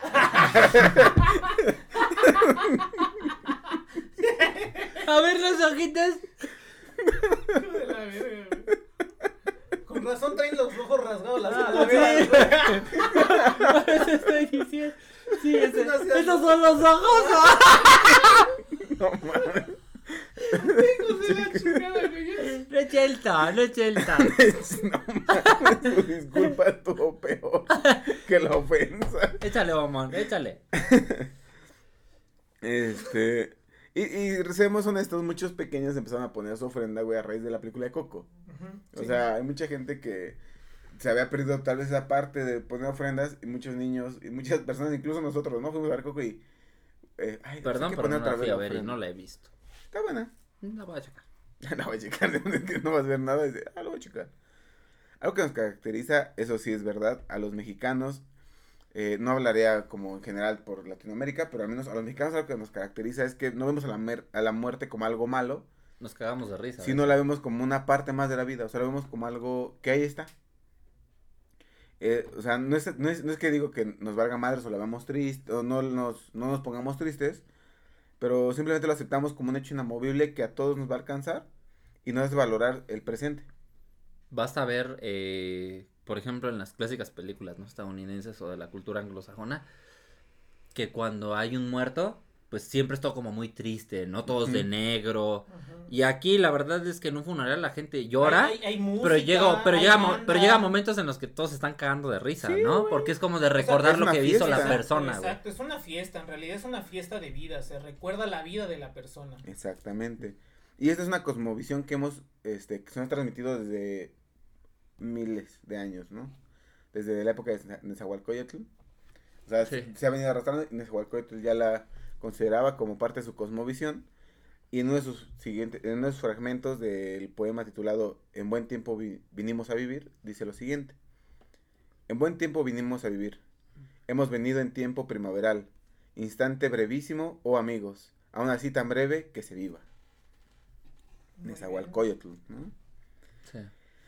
Speaker 1: A ver los ojitos.
Speaker 4: Hijo de la verga, güey. Con razón traen los ojos rasgados las
Speaker 1: Ah,
Speaker 4: calaveras,
Speaker 1: sí.
Speaker 4: güey.
Speaker 1: Eso estoy diciendo. Sí, ese-
Speaker 4: No seas-
Speaker 1: esos son los ojos.
Speaker 2: No mames.
Speaker 4: Hijos de la chingada, güey.
Speaker 1: No es chelta, no es chelta.
Speaker 2: No mames. Tu disculpa estuvo peor que la ofensa.
Speaker 1: Échale, mamón, échale.
Speaker 2: Este. Y, y seamos honestos, muchos pequeños empezaron a poner su ofrenda, güey, a raíz de la película de Coco.
Speaker 4: Ujú,
Speaker 2: O
Speaker 4: sí.
Speaker 2: sea, hay mucha gente que se había perdido tal vez esa parte de poner ofrendas y muchos niños y muchas personas, incluso nosotros, ¿no? Fuimos a ver Coco y... Eh, ay,
Speaker 1: Perdón,
Speaker 2: hay que
Speaker 1: pero
Speaker 2: poner
Speaker 1: no
Speaker 2: otra
Speaker 1: la
Speaker 2: vez
Speaker 1: fui a
Speaker 2: la
Speaker 1: ver y
Speaker 2: ofrenda.
Speaker 1: no la he visto.
Speaker 2: está buena.
Speaker 1: La voy a checar.
Speaker 2: La voy a checar, no vas a ver nada, dice, ah, lo voy a checar. Algo que nos caracteriza, eso sí es verdad, a los mexicanos, eh, no hablaría como en general por Latinoamérica, pero al menos a los mexicanos algo que nos caracteriza es que no vemos a la, mer- a la muerte como algo malo,
Speaker 1: Nos cagamos de risa.
Speaker 2: sino la vemos como una parte más de la vida, o sea, la vemos como algo que ahí está. Eh, o sea, no es, no, es, no es que digo que nos valga madres o la veamos triste, o no nos, no nos pongamos tristes, pero simplemente lo aceptamos como un hecho inamovible que a todos nos va a alcanzar y nos hace valorar el presente.
Speaker 1: Basta ver, eh, por ejemplo, en las clásicas películas, ¿no? Estadounidenses o de la cultura anglosajona, que cuando hay un muerto, pues siempre es todo como muy triste, ¿no? Todos de
Speaker 2: Ujú.
Speaker 1: negro.
Speaker 4: Ajá.
Speaker 1: Y aquí la verdad es que en un funeral la gente llora,
Speaker 4: Hay, hay, hay música,
Speaker 1: pero llega, pero
Speaker 4: hay
Speaker 1: llega, mo-
Speaker 4: banda.
Speaker 1: pero llega momentos en los que todos se están cagando de risa,
Speaker 2: Sí,
Speaker 1: ¿no?
Speaker 2: güey.
Speaker 1: Porque es como de recordar
Speaker 2: es
Speaker 1: lo
Speaker 2: una
Speaker 1: que hizo la
Speaker 2: fiesta.
Speaker 1: persona, güey.
Speaker 4: Exacto, es una fiesta, en realidad es una fiesta de vida, se recuerda la vida de la persona.
Speaker 2: Exactamente. Y esta es una cosmovisión que hemos, este, que se nos ha transmitido desde miles de años, ¿no? Desde la época de Neza- Nezahualcóyotl. O sea,
Speaker 1: Sí.
Speaker 2: se ha venido arrastrando y Nezahualcóyotl ya la consideraba como parte de su cosmovisión. Y en uno de sus siguientes, en uno de sus fragmentos del poema titulado En buen tiempo vi- vinimos a vivir, dice lo siguiente. En buen tiempo vinimos a vivir. Hemos venido en tiempo primaveral. Instante brevísimo, oh amigos. Aún así tan breve que se viva.
Speaker 4: Muy
Speaker 2: Nezahualcóyotl, ¿no?
Speaker 1: Sí.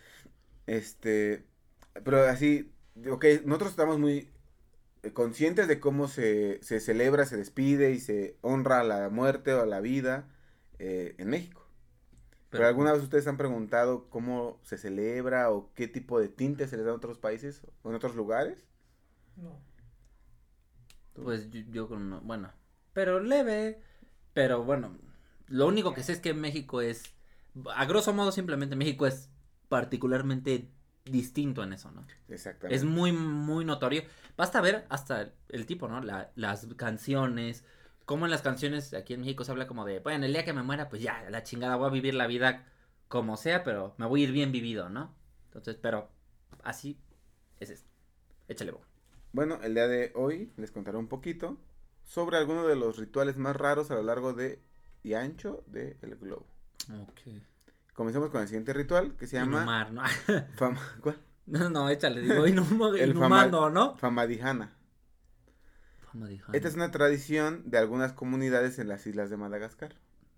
Speaker 2: Este, pero así, ok, nosotros estamos muy eh, conscientes de cómo se, se celebra, se despide y se honra a la muerte o a la vida eh, en México. Pero,
Speaker 1: Pero-
Speaker 2: ¿alguna vez ustedes han preguntado cómo se celebra o qué tipo de tinte se les da en otros países o en otros lugares?
Speaker 4: No.
Speaker 1: Pues yo, yo con uno- bueno, pero leve, pero bueno, lo único que sé es que México es, a grosso modo simplemente México es particularmente distinto en eso, ¿no?
Speaker 2: Exactamente.
Speaker 1: Es muy, muy notorio. Basta ver hasta el, el tipo, ¿no? La, las canciones, como en las canciones aquí en México se habla como de, bueno, el día que me muera, pues ya, la chingada, voy a vivir la vida como sea, pero me voy a ir bien vivido, ¿no? Entonces, pero así es esto. Échale, bo.
Speaker 2: Bueno, el día de hoy les contaré un poquito sobre algunos de los rituales más raros a lo largo de y ancho del globo.
Speaker 1: Ok.
Speaker 2: Comencemos con el siguiente ritual que se llama
Speaker 1: Inhumar, ¿no?
Speaker 2: fama, ¿cuál?
Speaker 1: No, no, échale, digo, inhuma-
Speaker 2: El
Speaker 1: inhumando, ¿no?
Speaker 2: Famadihana.
Speaker 1: Fama de Jana.
Speaker 2: Esta es una tradición de algunas comunidades en las islas de Madagascar,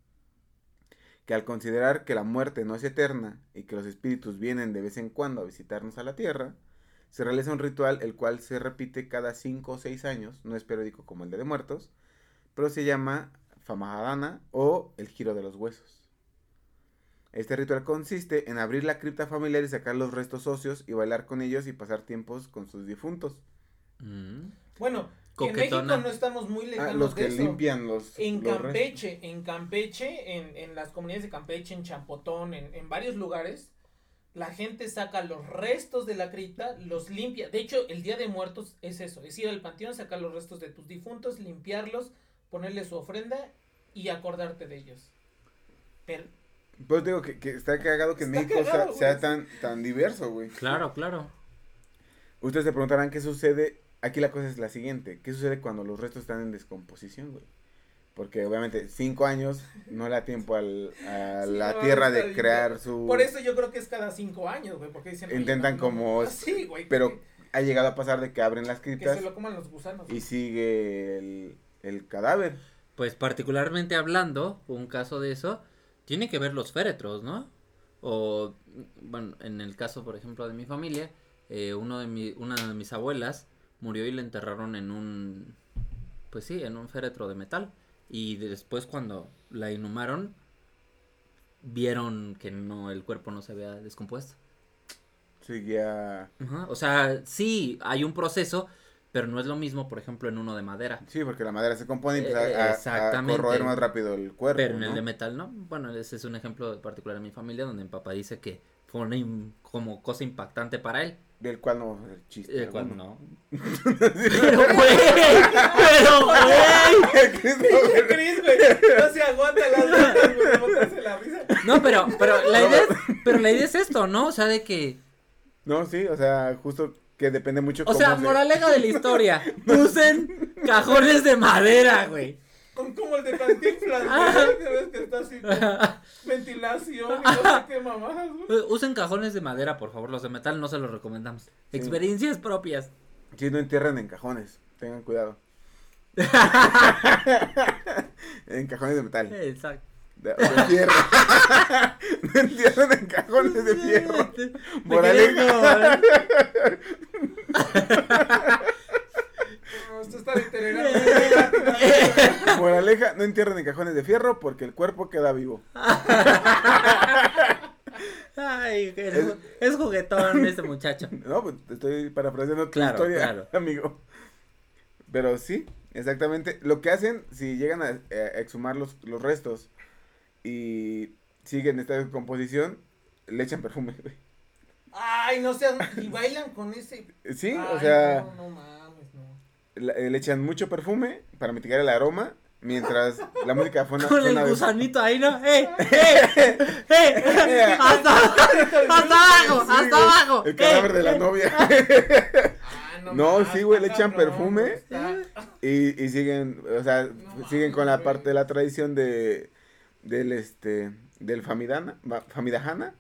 Speaker 2: que al considerar que la muerte no es eterna y que los espíritus vienen de vez en cuando a visitarnos a la tierra, se realiza un ritual el cual se repite cada cinco o seis años, no es periódico como el Día de Muertos, pero se llama Famahadana o el giro de los huesos. Este ritual consiste en abrir la cripta familiar y sacar los restos óseos y bailar con ellos y pasar tiempos con sus difuntos.
Speaker 1: Mm.
Speaker 4: Bueno, que en
Speaker 1: Coquetona.
Speaker 4: México no estamos muy
Speaker 2: Ah,
Speaker 4: lejanos
Speaker 2: los
Speaker 4: de
Speaker 2: que
Speaker 4: eso.
Speaker 2: limpian los
Speaker 4: En
Speaker 2: los restos.
Speaker 4: Campeche, en Campeche, en, en las comunidades de Campeche, en Champotón, en, en varios lugares, la gente saca los restos de la cripta, los limpia. De hecho, el Día de Muertos es eso, es ir al panteón, sacar los restos de tus difuntos, limpiarlos, ponerle su ofrenda y acordarte de ellos. Pero,
Speaker 2: Pues digo que, que está cagado que en
Speaker 4: Está
Speaker 2: México sea,
Speaker 4: cagado,
Speaker 2: sea
Speaker 4: güey.
Speaker 2: tan, tan diverso, güey.
Speaker 1: Claro, claro.
Speaker 2: Ustedes se preguntarán qué sucede. Aquí la cosa es la siguiente. ¿Qué sucede cuando los restos están en descomposición, güey? Porque obviamente cinco años no le da tiempo al, a
Speaker 4: Sí,
Speaker 2: la
Speaker 4: no,
Speaker 2: tierra
Speaker 4: está
Speaker 2: de
Speaker 4: bien,
Speaker 2: crear
Speaker 4: pero-
Speaker 2: su...
Speaker 4: por eso yo creo que es cada cinco años, güey, porque dicen... oye,
Speaker 2: Intentan
Speaker 4: no, no,
Speaker 2: como-
Speaker 4: no, sí, güey,
Speaker 2: Pero
Speaker 4: que,
Speaker 2: ha llegado a pasar de que abren las
Speaker 4: que
Speaker 2: criptas
Speaker 4: se lo coman los gusanos.
Speaker 2: y sigue el, el cadáver.
Speaker 1: Pues particularmente hablando, un caso de eso, tiene que ver los féretros, ¿no? O, bueno, en el caso, por ejemplo, de mi familia, eh, uno de mi, una de mis abuelas murió y la enterraron en un, pues sí, en un féretro de metal. Y después cuando la inhumaron, vieron que no, el cuerpo no se había descompuesto.
Speaker 2: Seguía...
Speaker 1: Ajá, o sea, sí, hay un proceso, pero no es lo mismo, por ejemplo, en uno de madera.
Speaker 2: Sí, porque la madera se compone y empieza
Speaker 1: Eh,
Speaker 2: a, a
Speaker 1: exactamente.
Speaker 2: corroer más rápido el cuerpo,
Speaker 1: Pero en el
Speaker 2: ¿no?
Speaker 1: de metal, ¿no? Bueno, ese es un ejemplo particular de mi familia, donde mi papá dice que fue una im- como cosa impactante para él.
Speaker 2: Del cual no el chiste.
Speaker 1: El cual
Speaker 2: alguno.
Speaker 1: no. Pero, güey, pero, güey.
Speaker 4: Pinche Cris, güey, no se aguanta las ganas, güey, de botarse la risa.
Speaker 1: No, pero, pero la idea es, pero la idea es esto, ¿no? O sea, de que,
Speaker 2: No, sí, o sea, justo que depende mucho
Speaker 1: o sea,
Speaker 2: cómo se-
Speaker 1: moraleja de la historia, usen cajones de madera, güey.
Speaker 4: Con como el de Cantinflas, güey, que ves que está así con ventilación y no sé qué mamadas, güey.
Speaker 1: Usen cajones de madera, por favor, los de metal no se los recomendamos.
Speaker 2: Sí.
Speaker 1: Experiencias propias.
Speaker 2: Sí, no entierren en cajones, tengan cuidado. En cajones de metal.
Speaker 1: Exacto.
Speaker 2: De, de fierro. No entierren en cajones de fierro. Moraleja.
Speaker 4: No, esto está deteriorando.
Speaker 2: Moraleja, no entierren en cajones de fierro porque el cuerpo queda vivo.
Speaker 1: Ay, es, es, es juguetón este muchacho.
Speaker 2: No, pues estoy parafraseando tu
Speaker 1: Claro,
Speaker 2: historia,
Speaker 1: claro.
Speaker 2: amigo. Pero sí, exactamente. Lo que hacen, si llegan a, a exhumar los, los restos y siguen esta descomposición, le echan perfume, güey.
Speaker 4: Ay, no sean, y bailan con ese.
Speaker 2: Sí,
Speaker 4: Ay,
Speaker 2: o sea,
Speaker 4: no, no mames, no.
Speaker 2: la- le echan mucho perfume para mitigar el aroma, mientras la música fue
Speaker 1: Con el gusanito ahí, ¿no? ¡Eh! ¡Eh! ¡Eh! ¡Hasta, hasta abajo! ¡Hasta abajo!
Speaker 2: El cadáver
Speaker 1: ¡Eh!
Speaker 2: de la novia.
Speaker 4: Ah, no,
Speaker 2: No,
Speaker 4: mames,
Speaker 2: sí, güey, le
Speaker 4: está
Speaker 2: echan
Speaker 4: cabrón,
Speaker 2: perfume.
Speaker 4: está-
Speaker 2: Y, y siguen, o sea,
Speaker 4: No
Speaker 2: siguen con la
Speaker 4: mames,
Speaker 2: parte
Speaker 4: güey.
Speaker 2: de la tradición de, del este, del famidana, va- famidajana.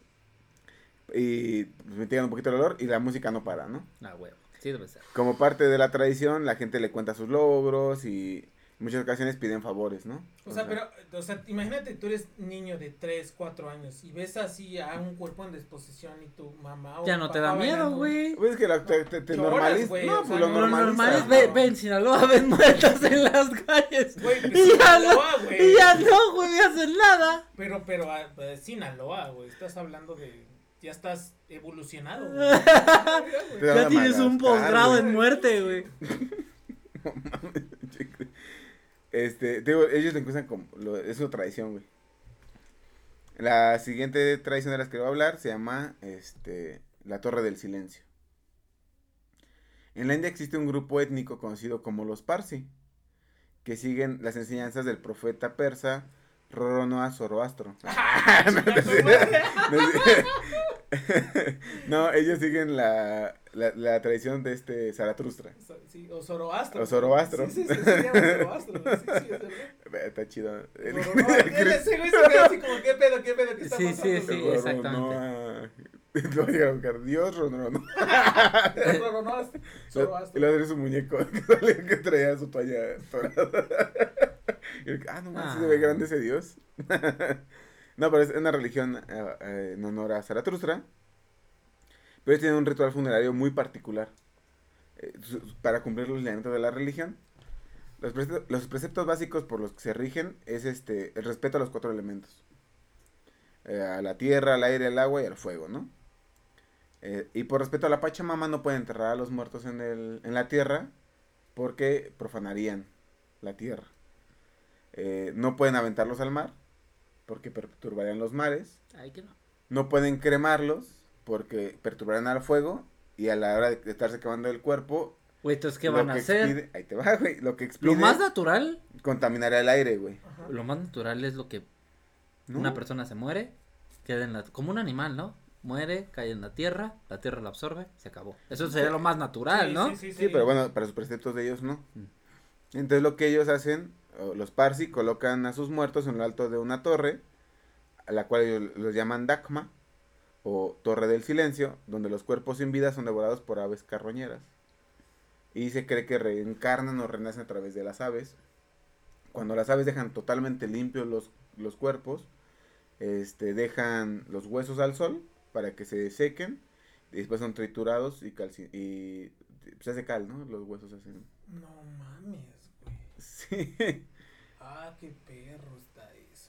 Speaker 2: Y pues, mitigan un poquito el olor y la música no para, ¿no?
Speaker 1: Ah, huevo. Sí debe ser.
Speaker 2: Como parte de la tradición, la gente le cuenta sus logros y en muchas ocasiones piden favores, ¿no?
Speaker 4: O sea, pero, o sea, imagínate, tú eres niño de tres, cuatro años y ves así a un cuerpo en disposición y tu mamá o
Speaker 1: Ya
Speaker 4: tu
Speaker 1: no te
Speaker 4: papá
Speaker 1: da miedo,
Speaker 4: bailando.
Speaker 1: güey.
Speaker 2: Pues es que la- te, te, te
Speaker 4: Lloras,
Speaker 2: normaliza.
Speaker 4: güey,
Speaker 2: No,
Speaker 4: o
Speaker 2: pues
Speaker 4: sea,
Speaker 2: lo
Speaker 4: no-
Speaker 1: Lo
Speaker 2: normaliza.
Speaker 1: normal es,
Speaker 4: no.
Speaker 1: ve, ve en Sinaloa, ven muertos en las calles.
Speaker 4: Güey, pues,
Speaker 1: Y ya no,
Speaker 4: Sinaloa, güey.
Speaker 1: y ya no, güey, hacen nada.
Speaker 4: Pero, pero, ah, pues, Sinaloa, güey, estás hablando de, ya estás evolucionado, güey.
Speaker 2: Te da
Speaker 1: Ya
Speaker 2: una
Speaker 1: tienes un
Speaker 2: Madagascar,
Speaker 1: posgrado
Speaker 2: güey.
Speaker 1: en muerte, güey.
Speaker 2: Este, te digo, ellos le encuentran como, lo- es su tradición, güey. La siguiente tradición de las que voy a hablar se llama, este, la Torre del Silencio. En la India existe un grupo étnico conocido como los Parsi, que siguen las enseñanzas del profeta persa Roronoa Zoroastro. No, ellos siguen la, la, la tradición de este Zaratustra.
Speaker 4: Sí, o Zoroastro.
Speaker 2: O Zoroastro.
Speaker 4: Sí, sí, sí, se llama Zoroastro. Sí, sí, es verdad.
Speaker 2: Está chido. El-
Speaker 4: Zoroastro. Ese güey se queda así como, ¿qué pedo, qué pedo, qué está
Speaker 1: Sí, sí,
Speaker 4: pasando?
Speaker 1: sí. exactamente.
Speaker 2: Roronoa. Lo voy a buscar. Dios Roronoa.
Speaker 4: Zoroastro.
Speaker 2: Y
Speaker 4: Zoroastro.
Speaker 2: luego era su muñeco que salía que traía su toalla dorada. Y yo, ah, no más,
Speaker 1: Ah.
Speaker 2: se ve grande ese dios. No, pero es una religión eh, eh, en honor a Zaratustra. Pero ellos tienen un ritual funerario muy particular. Eh, su- para cumplir los lineamientos de la religión. Los preceptos, los preceptos básicos por los que se rigen es este el respeto a los cuatro elementos. Eh, a la tierra, al aire, al agua y al fuego, ¿no? Eh, y por respeto a la Pachamama no pueden enterrar a los muertos en, el, en la tierra porque profanarían la tierra. Eh, no pueden aventarlos al mar porque perturbarían los mares.
Speaker 1: Ay, que no.
Speaker 2: No pueden cremarlos porque perturbarían al fuego y a la hora de estarse quemando el cuerpo.
Speaker 1: Güey, entonces, ¿qué
Speaker 2: lo
Speaker 1: van a
Speaker 2: que
Speaker 1: hacer?
Speaker 2: expide- ahí te va, güey. Lo que expide
Speaker 1: Lo más natural,
Speaker 2: contaminaría el aire, güey.
Speaker 4: Ajá.
Speaker 1: lo más natural es lo que
Speaker 2: ¿No?
Speaker 1: una persona se muere, queda en la, como un animal, ¿no? Muere, cae en la tierra, la tierra la absorbe, se acabó. Eso sería lo más natural,
Speaker 4: Sí,
Speaker 1: ¿no?
Speaker 4: Sí, sí,
Speaker 2: Sí, pero bueno, para sus preceptos de ellos no.
Speaker 1: Mm.
Speaker 2: Entonces lo que ellos hacen, o los Parsi, colocan a sus muertos en lo alto de una torre, a la cual ellos los llaman Dakma, o Torre del Silencio, donde los cuerpos sin vida son devorados por aves carroñeras. Y se cree que reencarnan o renacen a través de las aves. Cuando las aves dejan totalmente limpios los, los cuerpos, este, dejan los huesos al sol para que se sequen, y después son triturados y, calci y se hace cal, ¿no? Los huesos se hacen...
Speaker 4: No mames, güey.
Speaker 2: Sí.
Speaker 4: Ah, qué perro está eso.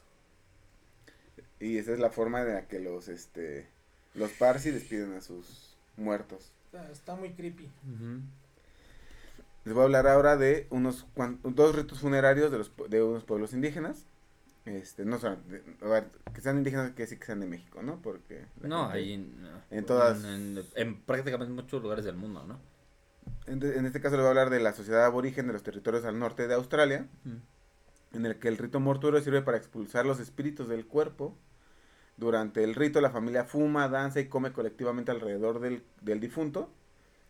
Speaker 2: Y esa es la forma en la que los, este, los Parsi despiden a sus muertos.
Speaker 4: Está, está muy creepy.
Speaker 1: Ujú.
Speaker 2: Les voy a hablar ahora de unos cuan- dos ritos funerarios de, los, pu- de unos pueblos indígenas. Este, no son, de- a ver, que sean indígenas quiere decir que sean de México, ¿no? Porque la
Speaker 1: No,
Speaker 2: gente-
Speaker 1: ahí en,
Speaker 2: en todas-
Speaker 1: En, en- en prácticamente muchos lugares del mundo, ¿no?
Speaker 2: En, de- en este caso les voy a hablar de la sociedad aborigen de los territorios al norte de Australia,
Speaker 1: Ujú.
Speaker 2: en el que el rito mortuorio sirve para expulsar los espíritus del cuerpo. Durante el rito la familia fuma, danza y come colectivamente alrededor del, del difunto,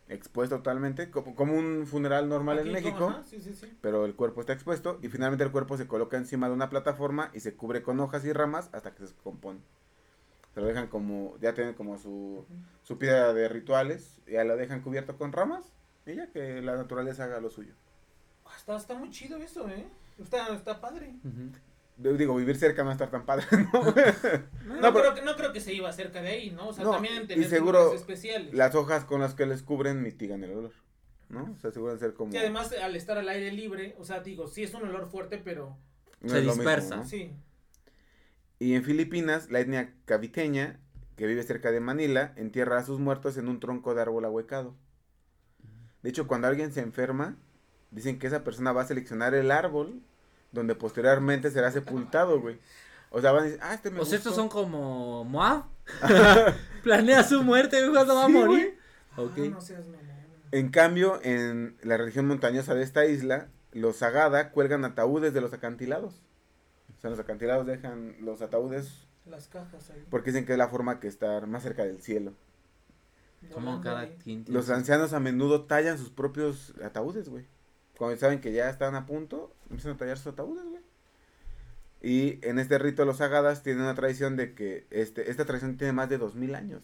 Speaker 2: expuesto totalmente, como, como un funeral normal
Speaker 4: Aquí,
Speaker 2: en México,
Speaker 4: como, ajá, sí, sí, sí.
Speaker 2: pero el cuerpo está expuesto y finalmente el cuerpo se coloca encima de una plataforma y se cubre con hojas y ramas hasta que se descompone. Se lo dejan como, ya tienen como su, su piedra de rituales, ya lo dejan cubierto con ramas y ya que la naturaleza haga lo suyo.
Speaker 4: Está, está muy chido eso, ¿eh? Está, está padre.
Speaker 2: Yo digo, vivir cerca no va a estar tan padre, ¿no?
Speaker 4: No,
Speaker 2: No, pero-
Speaker 4: creo que, no creo que se iba cerca de ahí, ¿no? O sea,
Speaker 2: No,
Speaker 4: también
Speaker 2: y
Speaker 4: tener
Speaker 2: seguro
Speaker 4: lugares especiales.
Speaker 2: Las hojas con las que les cubren mitigan el olor, ¿no? O sea, aseguran ser como...
Speaker 4: Y además, al estar al aire libre, o sea, digo, sí es un olor fuerte, pero
Speaker 2: no
Speaker 1: se
Speaker 2: es lo mismo,
Speaker 1: dispersa.
Speaker 2: ¿no?
Speaker 4: sí.
Speaker 2: Y en Filipinas, la etnia caviteña, que vive cerca de Manila, entierra a sus muertos en un tronco de árbol ahuecado. De hecho, cuando alguien se enferma, dicen que esa persona va a seleccionar el árbol donde posteriormente será sepultado, güey. O sea, van a decir, ah, este me
Speaker 1: O sea,
Speaker 2: gustó.
Speaker 1: estos son como Moab. Planea su muerte, güey, cuando va a
Speaker 2: Sí,
Speaker 1: morir.
Speaker 4: Ah,
Speaker 1: Ok.
Speaker 4: no seas mamón.
Speaker 2: En cambio, en la región montañosa de esta isla, los Sagada cuelgan ataúdes de los acantilados. O sea, los acantilados dejan los ataúdes
Speaker 4: Las cajas ahí.
Speaker 2: porque dicen que es la forma que estar más cerca del cielo.
Speaker 1: Como
Speaker 4: Volando
Speaker 1: cada
Speaker 4: ahí.
Speaker 1: quien tiene
Speaker 2: Los
Speaker 1: su-
Speaker 2: ancianos a menudo tallan sus propios ataúdes, güey. Cuando saben que ya están a punto, empiezan a tallar sus ataúdes, güey. Y en este rito los Agadas tienen una tradición de que este, esta tradición tiene más de dos mil años.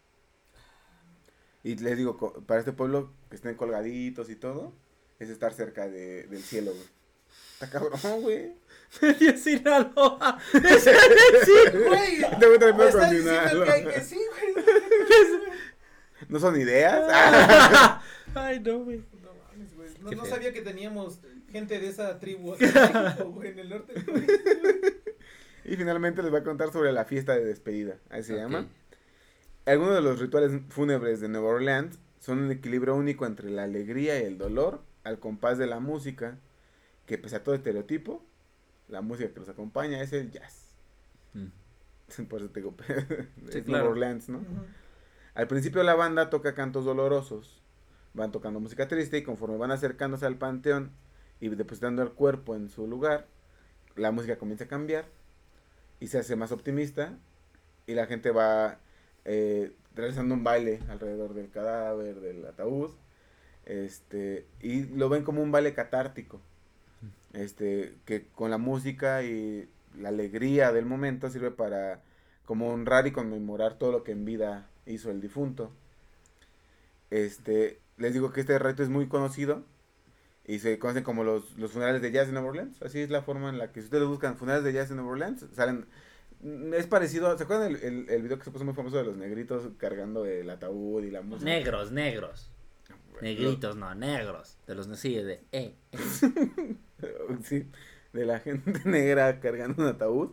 Speaker 2: Y les digo, co- para este pueblo que estén colgaditos y todo, es estar cerca de, del cielo, güey. Está cabrón, güey.
Speaker 1: Medio Sinaloa.
Speaker 4: Güey,
Speaker 2: Te voy a traer
Speaker 4: me
Speaker 2: para
Speaker 4: estás diciendo
Speaker 2: continuarlo.
Speaker 4: que hay que sí, güey.
Speaker 2: ¿No son ideas?
Speaker 1: Ay, no, güey.
Speaker 4: No mames, güey. No,
Speaker 1: Qué
Speaker 4: no
Speaker 1: feo.
Speaker 4: sabía que teníamos gente de esa tribu aquí en México, güey, en el norte del país, güey.
Speaker 2: Y finalmente les voy a contar sobre la fiesta de despedida. Ahí se
Speaker 1: Ok.
Speaker 2: llama. Algunos de los rituales fúnebres de Nueva Orleans son un equilibrio único entre la alegría y el dolor al compás de la música, que pese a todo estereotipo, la música que los acompaña es el jazz.
Speaker 1: Mm.
Speaker 2: Por eso te digo, es
Speaker 1: Sí,
Speaker 2: Nueva
Speaker 1: claro.
Speaker 2: Orleans, ¿no?
Speaker 4: Ujú.
Speaker 2: Al principio la banda toca cantos dolorosos, van tocando música triste y conforme van acercándose al panteón y depositando el cuerpo en su lugar, la música comienza a cambiar y se hace más optimista y la gente va eh, realizando un baile alrededor del cadáver, del ataúd, este, y lo ven como un baile catártico, este, que con la música y la alegría del momento sirve para como honrar y conmemorar todo lo que en vida hizo el difunto. Este, les digo que este rito es muy conocido y se conocen como los, los funerales de jazz de Nueva Orleans. Así es la forma en la que si ustedes buscan funerales de jazz de Nueva Orleans, salen. Es parecido, ¿se acuerdan el, el, el video que se puso muy famoso de los negritos cargando el ataúd y la música?
Speaker 1: Negros, negros. Negritos, no, negros. De los sí, de eh. eh.
Speaker 2: Sí, de la gente negra cargando un ataúd.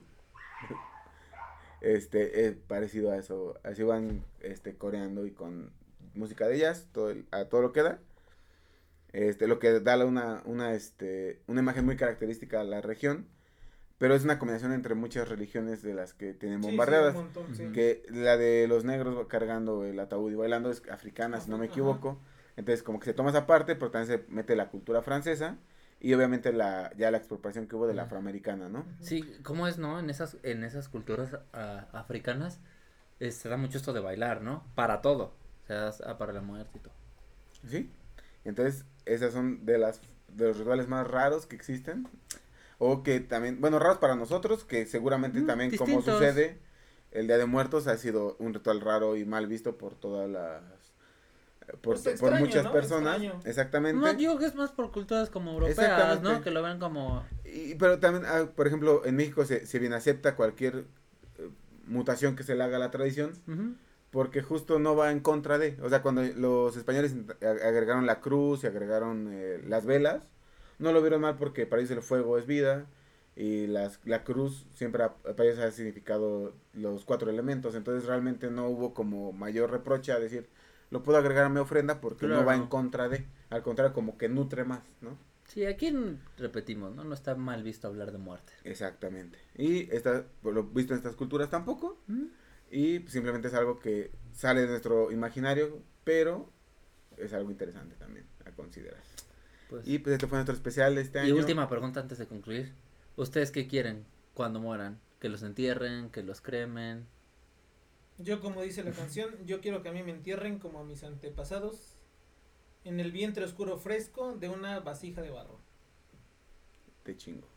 Speaker 2: Este, es parecido a eso. Así van este, coreando y con música de jazz, todo el- a todo lo que da. Este, lo que da una, una, este, una imagen muy característica a la región. Pero es una combinación entre muchas religiones de las que tienen
Speaker 4: Sí, sí,
Speaker 2: bombardeadas.
Speaker 4: un montón, sí.
Speaker 2: Que la de los negros cargando el ataúd y bailando es africana, si no me
Speaker 4: Ajá.
Speaker 2: equivoco. Entonces, como que se toma esa parte, pero también se mete la cultura francesa y obviamente la ya la expropiación que hubo de la
Speaker 1: Ujú.
Speaker 2: afroamericana, ¿no?
Speaker 1: Sí, ¿cómo es, no? En esas, en esas culturas ah, africanas eh, se da mucho esto de bailar, ¿no? Para todo. O sea, ah, para la muerte y todo.
Speaker 2: ¿Sí? Entonces, esas son de las de los rituales más raros que existen. O que también, bueno, raros para nosotros, que seguramente
Speaker 1: Mm,
Speaker 2: también como
Speaker 1: distintos.
Speaker 2: sucede, el Día de Muertos ha sido un ritual raro y mal visto por todas las... Por,
Speaker 4: Pues
Speaker 2: por
Speaker 4: extraño,
Speaker 2: muchas
Speaker 4: ¿no?
Speaker 2: personas.
Speaker 4: Extraño.
Speaker 2: Exactamente.
Speaker 1: No, digo que es más por culturas como europeas,
Speaker 2: Exactamente.
Speaker 1: ¿no? Que lo ven como...
Speaker 2: Y, pero también, ah, por ejemplo, en México se, se bien acepta cualquier eh, mutación que se le haga a la tradición,
Speaker 1: Ujú.
Speaker 2: porque justo no va en contra de, o sea, cuando los españoles int- a- agregaron la cruz y agregaron eh, las velas, no lo vieron mal porque para ellos el fuego es vida y las, la cruz siempre ha- para ellos ha significado los cuatro elementos, entonces realmente no hubo como mayor reproche a decir, lo puedo agregar a mi ofrenda porque no va
Speaker 1: Claro.
Speaker 2: en contra de, al contrario, como que nutre más, ¿no?
Speaker 1: Sí, aquí n- repetimos, ¿no? No está mal visto hablar de muerte.
Speaker 2: Exactamente. Y está, por lo visto en estas culturas tampoco.
Speaker 1: ¿Mm?
Speaker 2: Y simplemente es algo que sale de nuestro imaginario, pero es algo interesante también a considerar.
Speaker 1: Pues,
Speaker 2: Y pues este fue nuestro especial de este
Speaker 1: y
Speaker 2: año.
Speaker 1: última pregunta antes de concluir. ¿Ustedes qué quieren cuando mueran? ¿Que los entierren? ¿Que los cremen?
Speaker 4: Yo, como dice la canción, yo quiero que a mí me entierren como a mis antepasados en el vientre oscuro fresco de una vasija de barro.
Speaker 2: Te chingo.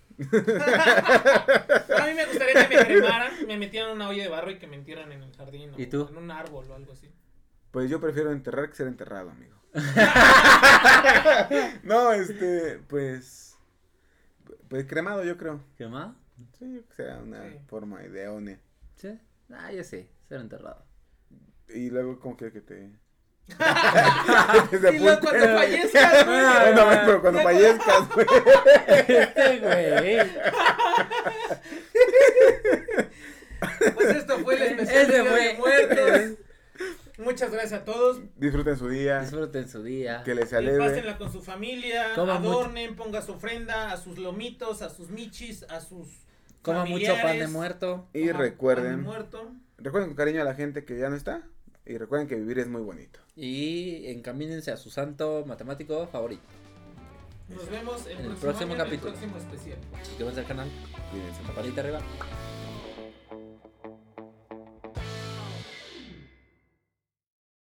Speaker 4: A mí me gustaría que me cremaran, me metieran en una olla de barro y que me entierran en el jardín o
Speaker 1: ¿Y tú?
Speaker 4: en un árbol o algo así.
Speaker 2: Pues yo prefiero enterrar que ser enterrado, amigo. No, este, pues, pues cremado yo creo.
Speaker 1: ¿Qué más?
Speaker 2: Sí, yo creo que sea una
Speaker 4: Sí.
Speaker 2: forma idónea.
Speaker 1: Sí. Ah, yo sí, ser enterrado.
Speaker 2: Y luego, ¿cómo quiere que te...?
Speaker 4: Y luego cuando fallezcas, güey.
Speaker 1: Ah,
Speaker 2: No, no, pero cuando
Speaker 4: Ya
Speaker 2: fallezcas, güey.
Speaker 1: Este güey.
Speaker 4: Pues esto fue el especial
Speaker 1: Ese
Speaker 4: de Día
Speaker 1: fue.
Speaker 4: de Muertos. Muchas gracias a todos.
Speaker 2: Disfruten su día.
Speaker 1: Disfruten su día.
Speaker 2: Que les
Speaker 4: Eh,
Speaker 2: alegre.
Speaker 4: Pásenla con su familia,
Speaker 1: Coman mucho.
Speaker 4: adornen, ponga su ofrenda a sus lomitos, a sus michis, a sus
Speaker 1: Coma mucho pan de
Speaker 4: familiares.
Speaker 1: muerto.
Speaker 2: Y
Speaker 4: Coman
Speaker 2: recuerden,
Speaker 4: pan de muerto.
Speaker 2: recuerden con cariño a la gente que ya no está. Y recuerden que vivir es muy bonito.
Speaker 1: Y encamínense a su santo matemático favorito.
Speaker 4: Nos vemos el,
Speaker 1: En el
Speaker 4: próximo,
Speaker 1: próximo
Speaker 4: año,
Speaker 1: capítulo.
Speaker 4: En el próximo especial.
Speaker 1: Suscríbanse al canal.
Speaker 2: Cuídense.
Speaker 1: Campanita arriba.